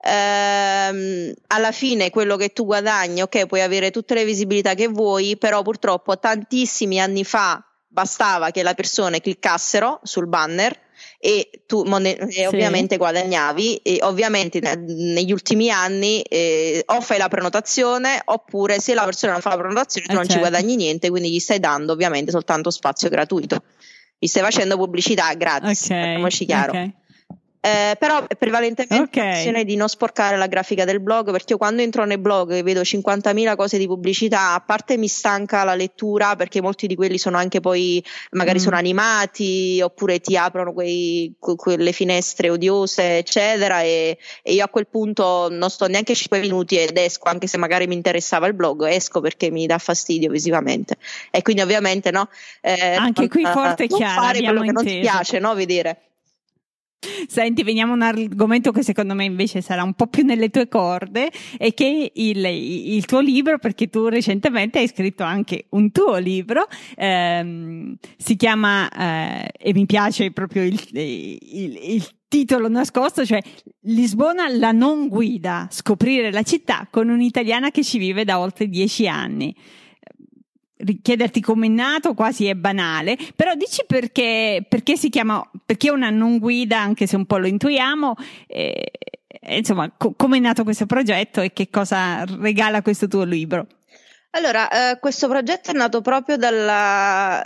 Ehm, alla fine quello che tu guadagni, ok, puoi avere tutte le visibilità che vuoi, però purtroppo tantissimi anni fa bastava che le persone cliccassero sul banner e tu monet- e ovviamente sì. guadagnavi, e ovviamente negli ultimi anni eh, o fai la prenotazione, oppure se la persona non fa la prenotazione tu eh non certo. ci guadagni niente, quindi gli stai dando ovviamente soltanto spazio gratuito, gli stai facendo pubblicità gratis, okay. Facciamoci chiaro. Okay. Eh, però è prevalentemente okay. questione di non sporcare la grafica del blog, perché io quando entro nei blog e vedo cinquantamila cose di pubblicità, a parte mi stanca la lettura, perché molti di quelli sono anche poi magari mm. sono animati, oppure ti aprono quei, que, quelle finestre odiose eccetera, e, e io a quel punto non sto neanche cinque minuti ed esco, anche se magari mi interessava il blog, esco perché mi dà fastidio visivamente, e quindi ovviamente no eh,
anche qui forte e chiaro,
fare quello che
inteso.
Non ti piace, no, vedere.
Senti, veniamo a un argomento che secondo me invece sarà un po' più nelle tue corde, e che il, il tuo libro, perché tu recentemente hai scritto anche un tuo libro, ehm, si chiama, eh, e mi piace proprio il, il, il titolo nascosto, cioè Lisbona la non guida, scoprire la città con un'italiana che ci vive da oltre dieci anni. Chiederti come è nato quasi è banale, però dici perché, perché si chiama, perché è una non guida, anche se un po' lo intuiamo, e, e insomma co- come è nato questo progetto e che cosa regala questo tuo libro?
Allora, eh, questo progetto è nato proprio dalla,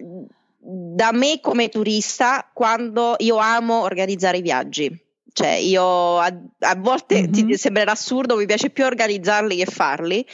da me come turista, quando io amo organizzare i viaggi. Cioè io a, a volte mm-hmm. ti sembrerà assurdo, mi piace più organizzarli che farli.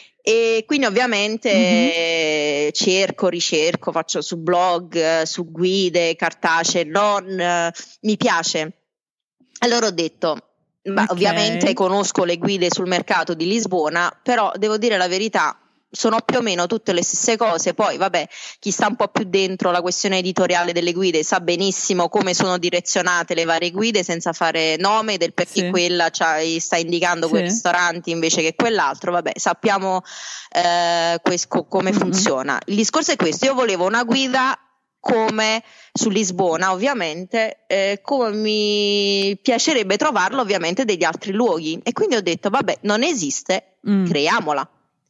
E quindi ovviamente mm-hmm. cerco, ricerco, faccio su blog, su guide cartacee, non mi piace. Allora ho detto, ma okay. ovviamente conosco le guide sul mercato di Lisbona, però devo dire la verità, sono più o meno tutte le stesse cose. Poi vabbè, chi sta un po' più dentro la questione editoriale delle guide sa benissimo come sono direzionate le varie guide, senza fare nome del perché sì. quella cioè, sta indicando sì. quei ristoranti invece che quell'altro. Vabbè, sappiamo eh, questo, come mm-hmm. funziona. Il discorso è questo: io volevo una guida come su Lisbona, ovviamente, eh, come mi piacerebbe trovarlo ovviamente degli altri luoghi, e quindi ho detto vabbè, non esiste, mm. creiamola.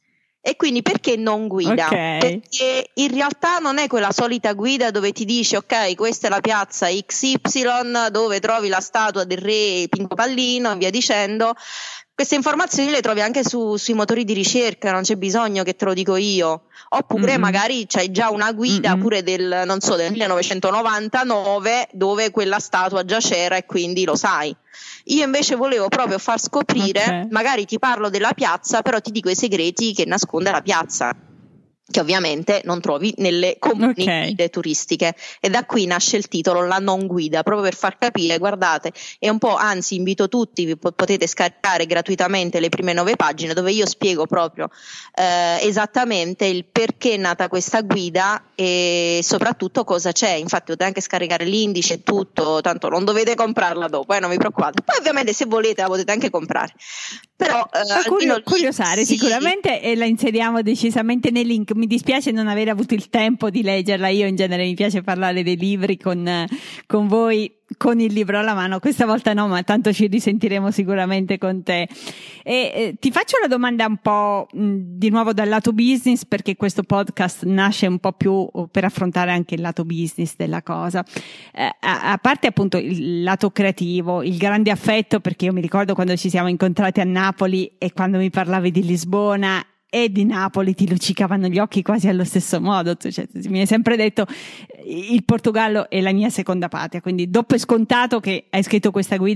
E quindi perché non guida? Okay. Perché in realtà non è quella solita guida dove ti dice ok, questa è la piazza X Y dove trovi la statua del re Pinco Pallino e via dicendo. Queste informazioni le trovi anche su, sui motori di ricerca, non c'è bisogno che te lo dico io. Oppure mm-hmm. magari c'hai già una guida mm-hmm. pure del, non so, del millenovecentonovantanove dove quella statua già c'era e quindi lo sai. Io invece volevo proprio far scoprire, okay. magari ti parlo della piazza, però ti dico i segreti che nasconde la piazza, che ovviamente non trovi nelle comuni okay. guide turistiche, e da qui nasce il titolo La non guida, proprio per far capire, guardate, è un po', anzi invito tutti, vi potete scaricare gratuitamente le prime nove pagine dove io spiego proprio eh, esattamente il perché è nata questa guida e soprattutto cosa c'è. Infatti potete anche scaricare l'indice e tutto, tanto non dovete comprarla dopo, eh, non vi preoccupate. Poi ovviamente se volete la potete anche comprare, però eh,
curio- curiosare sì. sicuramente, e la inseriamo decisamente nei link. Mi dispiace non aver avuto il tempo di leggerla, io in genere mi piace parlare dei libri con, con voi, con il libro alla mano. Questa volta no, ma tanto ci risentiremo sicuramente con te. E eh, ti faccio una domanda un po' mh, di nuovo dal lato business, perché questo podcast nasce un po' più per affrontare anche il lato business della cosa. Eh, a, a parte appunto il lato creativo, il grande affetto, perché io mi ricordo quando ci siamo incontrati a Napoli e quando mi parlavi di Lisbona e di Napoli ti luccicavano gli occhi quasi allo stesso modo. Tu, cioè, mi hai sempre detto il Portogallo è la mia seconda patria, quindi dopo è scontato che hai scritto questa guida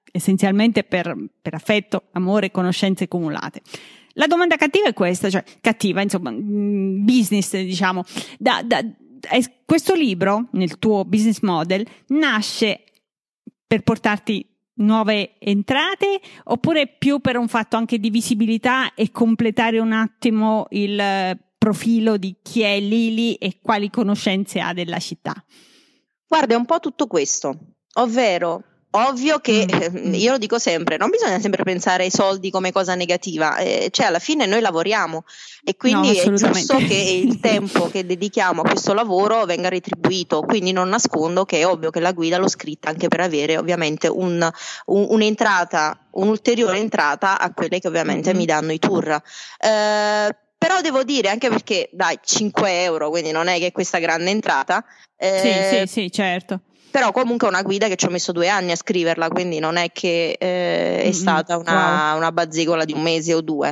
essenzialmente per, per affetto, amore, conoscenze cumulate. La domanda cattiva è questa, cioè cattiva, insomma, business, diciamo. Da, da, questo libro, nel tuo business model, nasce per portarti nuove entrate oppure più per un fatto anche di visibilità e completare un attimo il profilo di chi è Lily e quali conoscenze ha della città?
Guarda, è un po' tutto questo, ovvero ovvio che mm. io lo dico sempre, non bisogna sempre pensare ai soldi come cosa negativa, eh, cioè alla fine noi lavoriamo e quindi no, è giusto che il tempo che dedichiamo a questo lavoro venga retribuito, quindi non nascondo che è ovvio che la guida l'ho scritta anche per avere ovviamente un, un, un'entrata, un'ulteriore entrata a quelle che ovviamente mm. mi danno i tour. Eh, Però devo dire, anche perché dai, cinque euro, quindi non è che è questa grande entrata.
Eh, sì, sì, sì, certo.
Però comunque è una guida che ci ho messo due anni a scriverla, quindi non è che eh, è stata una, wow. una bazzicola di un mese o due.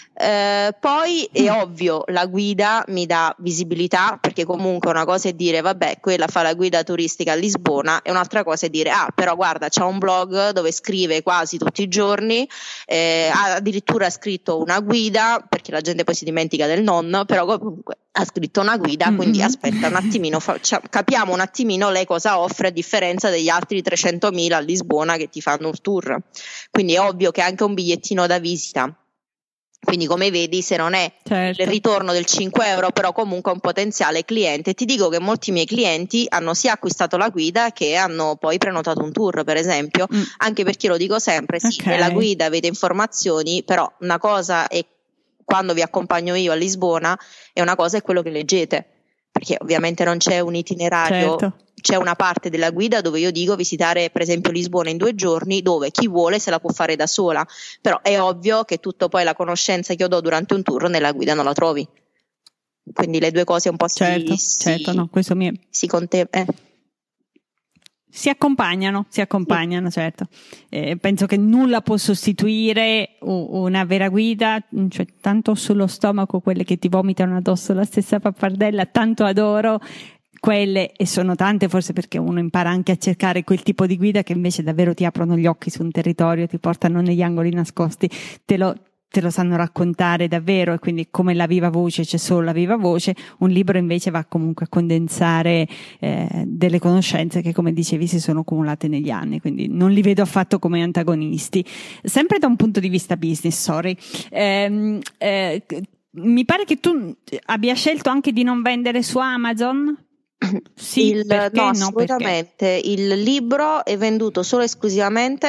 Eh, poi è mm. ovvio, la guida mi dà visibilità, perché comunque una cosa è dire vabbè, quella fa la guida turistica a Lisbona, e un'altra cosa è dire ah però guarda, c'ha un blog dove scrive quasi tutti i giorni, eh, ha addirittura scritto una guida, perché la gente poi si dimentica del non, però comunque ha scritto una guida, mm-hmm. quindi aspetta un attimino, faccia, capiamo un attimino lei cosa offre a differenza degli altri trecentomila a Lisbona che ti fanno un tour, quindi è ovvio che anche un bigliettino da visita. Quindi come vedi, se non è certo. il ritorno del cinque euro, però comunque un potenziale cliente. Ti dico che molti miei clienti hanno sia acquistato la guida che hanno poi prenotato un tour, per esempio, mm. anche perché lo dico sempre, sì, okay. nella guida avete informazioni, però una cosa è quando vi accompagno io a Lisbona e una cosa è quello che leggete, perché ovviamente non c'è un itinerario, certo. c'è una parte della guida dove io dico visitare per esempio Lisbona in due giorni, dove chi vuole se la può fare da sola, però è ovvio che tutto poi la conoscenza che io do durante un tour nella guida non la trovi, quindi le due cose un po'
certo,
si,
certo, no, questo mi è...
si conte- eh.
Si accompagnano, si accompagnano, sì. certo. Eh, penso che nulla può sostituire una vera guida, cioè tanto sullo stomaco quelle che ti vomitano addosso la stessa pappardella, tanto adoro quelle, e sono tante, forse perché uno impara anche a cercare quel tipo di guida che invece davvero ti aprono gli occhi su un territorio, ti portano negli angoli nascosti, te lo te lo sanno raccontare davvero, e quindi come la viva voce c'è solo la viva voce. Un libro invece va comunque a condensare eh, delle conoscenze che, come dicevi, si sono accumulate negli anni, quindi non li vedo affatto come antagonisti. Sempre da un punto di vista business, sorry, eh, eh, mi pare che tu abbia scelto anche di non vendere su Amazon. Sì,
il,
perché?
no,
No,
assolutamente. Perché? Il libro è venduto solo e esclusivamente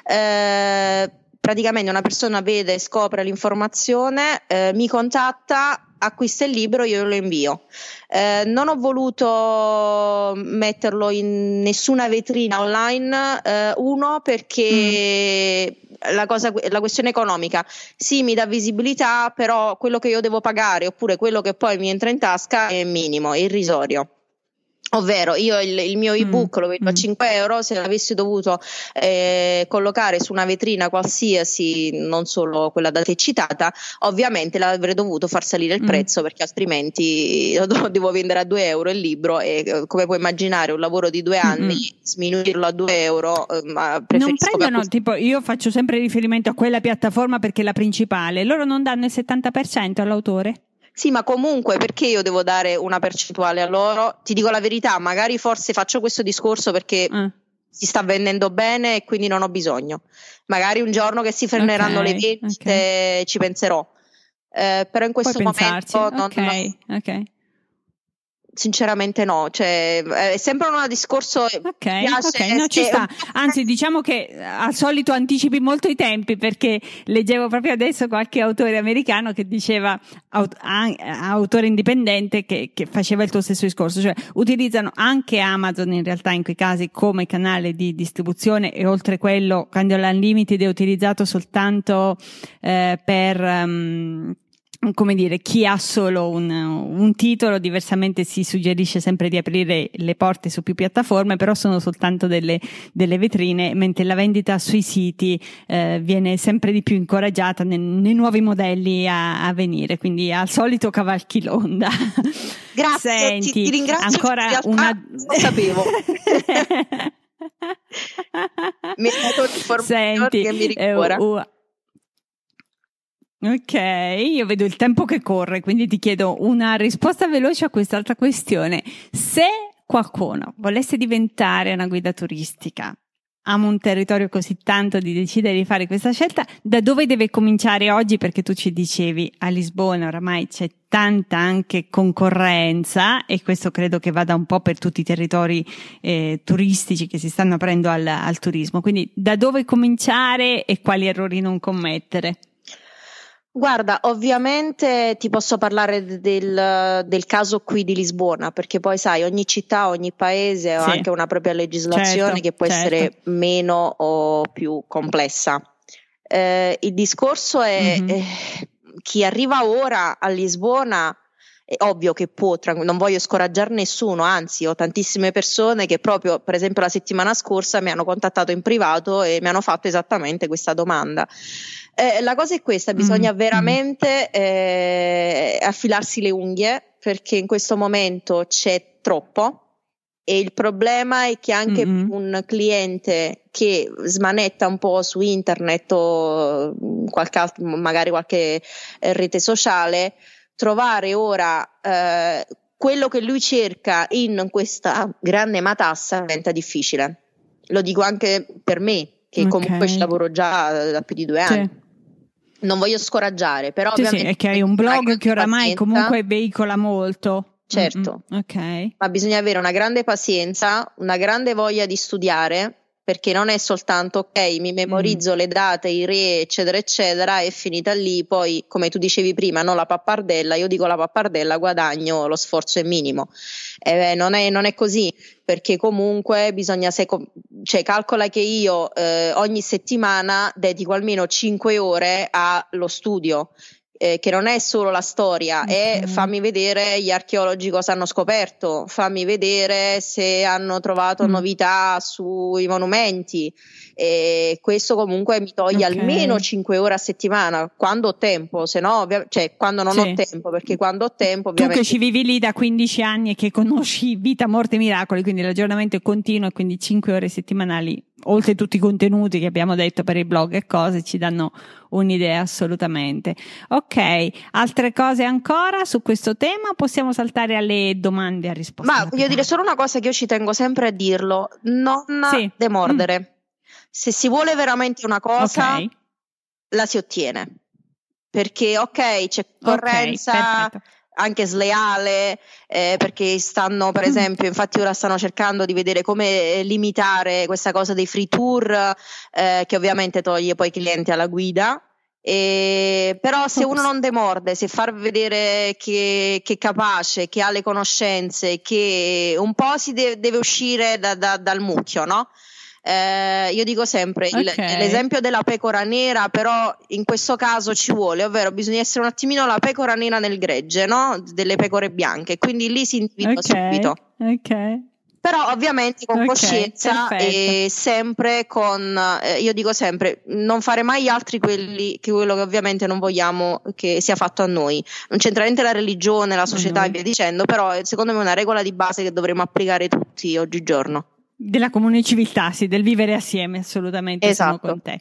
eh, praticamente una persona vede, scopre l'informazione, eh, mi contatta, acquista il libro, io lo invio. Eh, non ho voluto metterlo in nessuna vetrina online, eh, uno perché mm. la cosa, la questione economica, sì, mi dà visibilità, però quello che io devo pagare oppure quello che poi mi entra in tasca è minimo, è irrisorio. Ovvero io il, il mio ebook mm, lo vendo a cinque euro, se l'avessi dovuto eh, collocare su una vetrina qualsiasi, non solo quella da te citata, ovviamente l'avrei dovuto far salire il mm. prezzo, perché altrimenti lo devo vendere a due euro il libro, e come puoi immaginare un lavoro di due anni, mm-hmm. sminuirlo a due euro, ma preferisco...
Non prendono, tipo, io faccio sempre riferimento a quella piattaforma perché è la principale, loro non danno il settanta per cento all'autore?
Sì, ma comunque perché io devo dare una percentuale a loro? Ti dico la verità, magari forse faccio questo discorso perché mm. si sta vendendo bene e quindi non ho bisogno. Magari un giorno che si freneranno okay, le vendite okay. ci penserò. Eh, però in questo
Puoi
momento non,
okay, non, okay.
sinceramente no, cioè è sempre un discorso
ok, piace, ok, no, ci sta. Anzi, diciamo che al solito anticipi molto i tempi, perché leggevo proprio adesso qualche autore americano che diceva, autore indipendente, che, che faceva il tuo stesso discorso, cioè utilizzano anche Amazon in realtà in quei casi come canale di distribuzione, e oltre quello Kindle Unlimited è utilizzato soltanto eh, per um, come dire, chi ha solo un, un titolo. Diversamente si suggerisce sempre di aprire le porte su più piattaforme, però sono soltanto delle, delle vetrine, mentre la vendita sui siti eh, viene sempre di più incoraggiata nei, nei nuovi modelli a, a venire, quindi al solito cavalchi l'onda.
Grazie,
Senti,
ti, ti ringrazio,
ancora una...
lo sapevo. mi hai dato un'informazione che mi ricorda.
Eh, uh, ok, io vedo il tempo che corre, quindi ti chiedo una risposta veloce a quest'altra questione. Se qualcuno volesse diventare una guida turistica, ama un territorio così tanto di decidere di fare questa scelta, da dove deve cominciare oggi? Perché tu ci dicevi, a Lisbona oramai c'è tanta anche concorrenza, e questo credo che vada un po' per tutti i territori eh, turistici che si stanno aprendo al, al turismo. Quindi da dove cominciare e quali errori non commettere?
Guarda, ovviamente ti posso parlare del, del caso qui di Lisbona, perché poi sai, ogni città, ogni paese ha
Sì.
anche una propria legislazione
Certo,
che può
certo.
essere meno o più complessa. Eh, il discorso è
Mhm.
eh, chi arriva ora a Lisbona è ovvio che può, tranqu- non voglio scoraggiare nessuno, anzi ho tantissime persone che proprio, per esempio la settimana scorsa mi hanno contattato in privato e mi hanno fatto esattamente questa domanda. Eh, la cosa è questa, bisogna
Mm,
veramente eh, affilarsi le unghie, perché in questo momento c'è troppo, e il problema è che anche
mm,
un cliente che smanetta un po' su internet o qualche alt- magari qualche eh, rete sociale, trovare ora eh, quello che lui cerca in questa grande matassa diventa difficile. Lo dico anche per me, che
Ok.
comunque ci lavoro già da più di due anni.
Sì.
Non voglio scoraggiare, però
Sì, sì,
ovviamente
è che hai un
bisogna avere una
blog che
grande
oramai
pazienza.
comunque veicola molto.
Certo,
Mm-mm, ok.
ma bisogna avere una grande pazienza, una grande voglia di studiare, perché non è soltanto ok, mi memorizzo
Mm.
le date, i re, eccetera, eccetera, è finita lì. Poi, come tu dicevi prima, no, la pappardella, io dico la pappardella, guadagno, lo sforzo è minimo. Eh, non è, non è così, perché comunque bisogna, se, cioè, calcola che io eh, ogni settimana dedico almeno cinque ore allo studio. Eh, che non è solo la storia,
Okay.
è fammi vedere gli archeologi cosa hanno scoperto, fammi vedere se hanno trovato
Mm.
novità sui monumenti, e questo comunque mi toglie
Ok.
almeno cinque ore a settimana, quando ho tempo, se no, ovvia- cioè quando non
Sì.
ho tempo, perché quando ho tempo
Tu
ovviamente...
che ci vivi lì da quindici anni e che conosci vita, morte e miracoli, quindi l'aggiornamento è continuo, e quindi cinque ore settimanali, oltre tutti i contenuti che abbiamo detto per il blog e cose, ci danno un'idea assolutamente. Ok, altre cose ancora su questo tema? Possiamo saltare alle domande a risposta
Ma
lapidare.
voglio dire solo una cosa che io ci tengo sempre a dirlo, non
Sì.
demordere.
Mm.
Se si vuole veramente una cosa,
Ok.
la si ottiene. Perché ok, c'è concorrenza
Ok, perfetto.
anche sleale, eh, perché stanno, per esempio, infatti ora stanno cercando di vedere come limitare questa cosa dei free tour, eh, che ovviamente toglie poi i clienti alla guida. E, però se uno non demorde, se far vedere che, che è capace, che ha le conoscenze, che un po' si deve, deve uscire da, da, dal mucchio, no? Eh, io dico sempre il,
Ok.
l'esempio della pecora nera, però in questo caso ci vuole, ovvero bisogna essere un attimino la pecora nera nel gregge, no? Delle pecore bianche, quindi lì si individua
Ok,
subito.
ok.
Però ovviamente con
Ok,
coscienza
perfetto.
e sempre con, eh, io dico sempre, non fare mai gli altri quelli che quello che ovviamente non vogliamo che sia fatto a noi. Non c'entra niente la religione, la società e via dicendo, però eh, secondo me è una regola di base che dovremmo applicare tutti oggigiorno.
Della comune civiltà, sì, del vivere assieme, assolutamente.
Esatto.
Sono con te.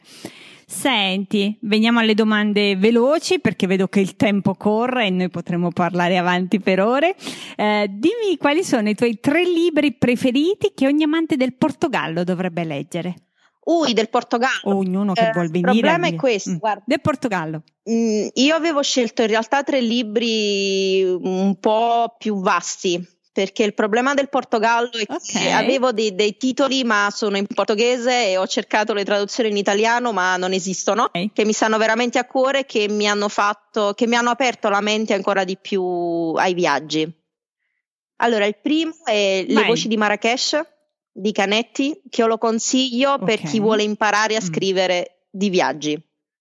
Senti, veniamo alle domande veloci, perché vedo che il tempo corre e noi potremo parlare avanti per ore. Eh, dimmi quali sono i tuoi tre libri preferiti che ogni amante del Portogallo dovrebbe leggere.
Ui, del Portogallo.
O ognuno che
Eh,
vuol
il
venire.
problema
a
è
vivere.
questo,
Mm.
guarda.
Del Portogallo.
Mm, io avevo scelto in realtà tre libri un po' più vasti, perché il problema del Portogallo è
Ok.
che avevo dei, dei titoli ma sono in portoghese, e ho cercato le traduzioni in italiano ma non esistono,
Ok.
che mi stanno veramente a cuore, che mi hanno fatto, che mi hanno aperto la mente ancora di più ai viaggi. Allora, il primo è Le
Vai.
voci di Marrakesh di Canetti, che io lo consiglio per
Ok.
chi vuole imparare a
Mm.
scrivere di viaggi.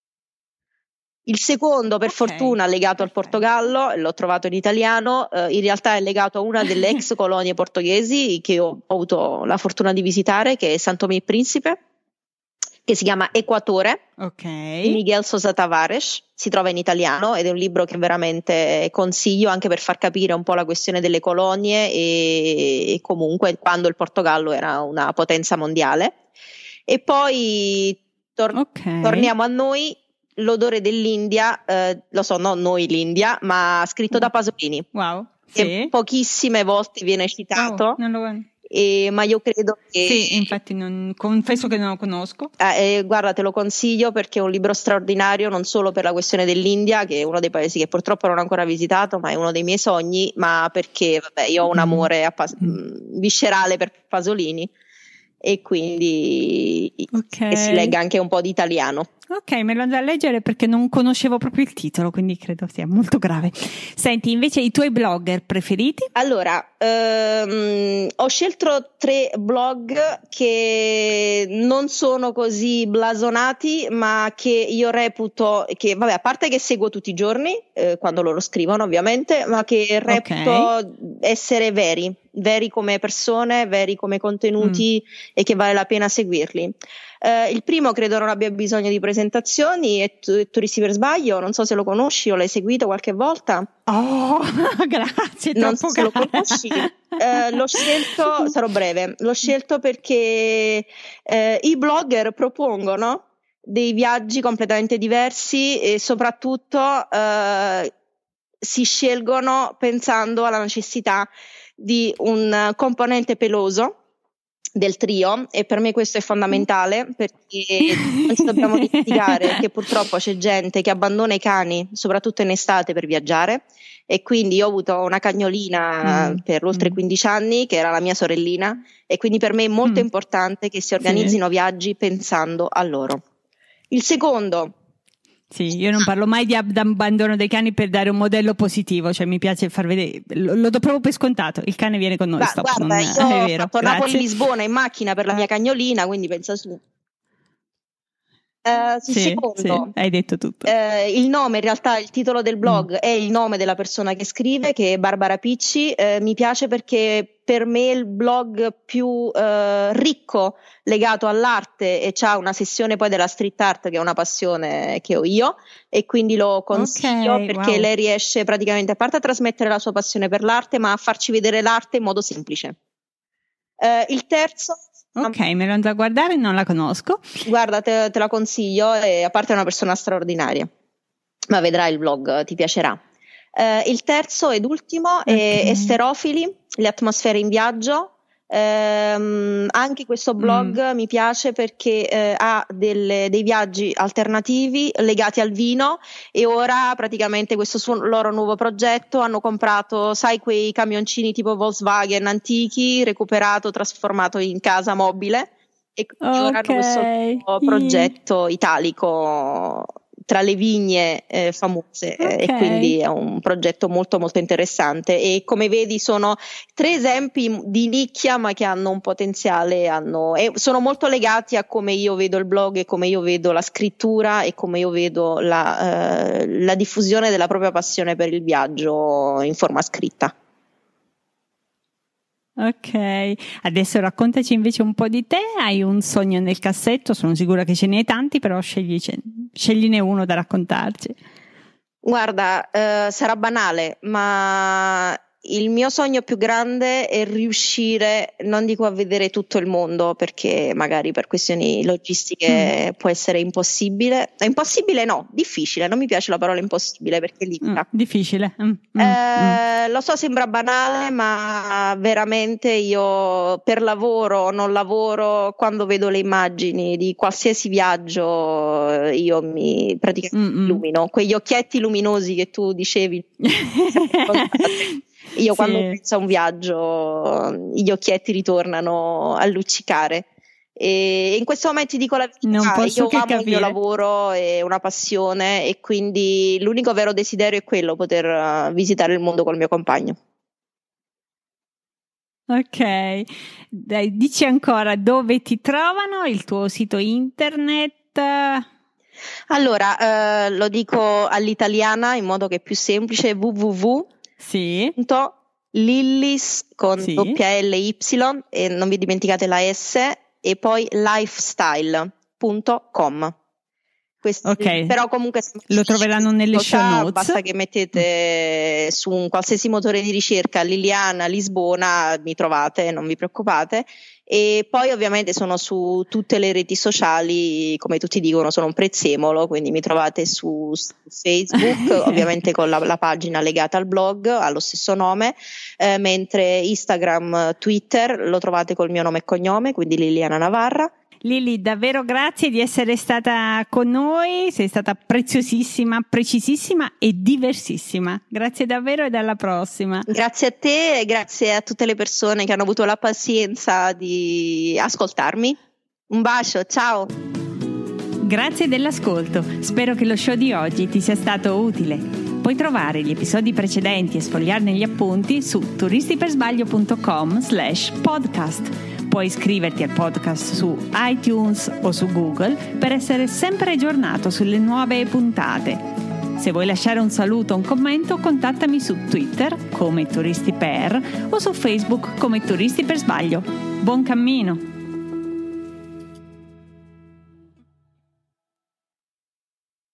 Il secondo, per
Ok,
fortuna, legato al
perfetto.
Portogallo, l'ho trovato in italiano, eh, in realtà è legato a una delle ex colonie portoghesi che ho, ho avuto la fortuna di visitare, che è São Tomé e Príncipe, che si chiama Equatore,
Ok.
di Miguel Sousa Tavares. Si trova in italiano ed è un libro che veramente consiglio, anche per far capire un po' la questione delle colonie e, e comunque quando il Portogallo era una potenza mondiale. E poi tor-
okay.
torniamo a noi, l'odore dell'India, eh, lo so, non noi l'India, ma scritto da Pasolini.
Wow,
che
sì.
pochissime volte viene citato.
Wow, non lo...
E, ma io credo che
sì, infatti non, confesso che non lo conosco.
Eh, guarda, te lo consiglio perché è un libro straordinario, non solo per la questione dell'India, che è uno dei paesi che purtroppo non ho ancora visitato, ma è uno dei miei sogni, ma perché vabbè, io ho un amore a Pas- mm. viscerale per Pasolini e quindi
okay.
e si legga anche un po' di italiano.
Ok, me lo andrò a leggere perché non conoscevo proprio il titolo, quindi credo sia molto grave. Senti, invece i tuoi blogger preferiti?
Allora, ehm, ho scelto tre blog che non sono così blasonati, ma che io reputo, che vabbè, a parte che seguo tutti i giorni, eh, quando loro scrivono ovviamente, ma che reputo okay. essere veri, veri come persone, veri come contenuti mm. e che vale la pena seguirli. Uh, il primo credo non abbia bisogno di presentazioni, è t- Turisti per sbaglio, non so se lo conosci o l'hai seguito qualche volta.
Oh, grazie,
non
troppo
so se lo conosci. uh, l'ho scelto, sarò breve, l'ho scelto perché uh, i blogger propongono dei viaggi completamente diversi e soprattutto uh, si scelgono pensando alla necessità di un componente peloso del trio, e per me questo è fondamentale perché non ci dobbiamo dimenticare che purtroppo c'è gente che abbandona i cani soprattutto in estate per viaggiare, e quindi io ho avuto una cagnolina mm. per oltre quindici anni che era la mia sorellina, e quindi per me è molto mm. importante che si organizzino sì. viaggi pensando a loro. Il secondo,
sì, io non parlo mai di abbandono dei cani per dare un modello positivo, cioè mi piace far vedere, lo, lo do proprio per scontato, il cane viene con noi.
Bah,
stop,
guarda,
non,
io
è
ho
vero,
fatto Napoli-Lisbona in macchina per la mia cagnolina, quindi pensa su. Uh,
sì,
il secondo,
sì, hai detto tutto.
Uh, il nome, in realtà il titolo del blog mm. è il nome della persona che scrive, che è Barbara Picci. Uh, mi piace perché per me è il blog più uh, ricco legato all'arte, e c'ha una sessione poi della street art che è una passione che ho io, e quindi lo consiglio okay, perché wow. lei riesce praticamente a parte a trasmettere la sua passione per l'arte, ma a farci vedere l'arte in modo semplice. Uh, il terzo,
ok, me lo andrò a guardare, non la conosco.
Guarda, te, te la consiglio, e a parte è una persona straordinaria, ma vedrai il blog, ti piacerà. Uh, il terzo ed ultimo okay. è Esterofili, le atmosfere in viaggio. Um, anche questo blog mm. mi piace perché uh, ha delle, dei viaggi alternativi legati al vino, e ora praticamente questo suo loro nuovo progetto hanno comprato, sai, quei camioncini tipo Volkswagen antichi, recuperato, trasformato in casa mobile, e quindi okay. ora hanno questo nuovo progetto italico tra le vigne eh, famose, okay. e quindi è un progetto molto molto interessante, e come vedi sono tre esempi di nicchia ma che hanno un potenziale, hanno, e sono molto legati a come io vedo il blog e come io vedo la scrittura e come io vedo la, eh, la diffusione della propria passione per il viaggio in forma scritta.
Ok, adesso raccontaci invece un po' di te. Hai un sogno nel cassetto? Sono sicura che ce ne hai tanti, però scegli, scegline uno da raccontarci.
Guarda, eh, sarà banale, ma il mio sogno più grande è riuscire, non dico a vedere tutto il mondo perché magari per questioni logistiche mm. può essere impossibile, impossibile no, difficile, non mi piace la parola impossibile perché limita.
Mm, difficile. Mm, mm,
eh, mm. Lo so, sembra banale, ma veramente io per lavoro, non lavoro, quando vedo le immagini di qualsiasi viaggio io mi praticamente mm, illumino, quegli occhietti luminosi che tu dicevi. Io sì. quando penso a un viaggio gli occhietti ritornano a luccicare, e in questo momento ti dico la verità, io amo capire. il mio lavoro, è una passione, e quindi l'unico vero desiderio è quello, poter visitare il mondo col mio compagno.
Ok, dai, dici ancora dove ti trovano, il tuo sito internet?
Allora, eh, lo dico all'italiana in modo che è più semplice: w w w
Sì.
Lillis con
sì.
doppia L Y, e non vi dimenticate la S, e poi lifestyle punto com. Questi,
ok,
però comunque
lo troveranno nelle show notes.
Basta che mettete su un qualsiasi motore di ricerca Liliana Lisbona, mi trovate, non vi preoccupate. E poi ovviamente sono su tutte le reti sociali, come tutti dicono sono un prezzemolo, quindi mi trovate su, su Facebook ovviamente con la, la pagina legata al blog allo stesso nome, eh, mentre Instagram, Twitter lo trovate col mio nome e cognome, quindi Liliana Navarra.
Lili, davvero grazie di essere stata con noi, sei stata preziosissima, precisissima e diversissima. Grazie davvero e alla prossima.
Grazie a te e grazie a tutte le persone che hanno avuto la pazienza di ascoltarmi. Un bacio, ciao!
Grazie dell'ascolto, spero che lo show di oggi ti sia stato utile. Puoi trovare gli episodi precedenti e sfogliarne gli appunti su turistipersbaglio.com slash podcast. Puoi iscriverti al podcast su iTunes o su Google per essere sempre aggiornato sulle nuove puntate. Se vuoi lasciare un saluto o un commento, contattami su Twitter come Turisti Per o su Facebook come Turisti per Sbaglio. Buon cammino!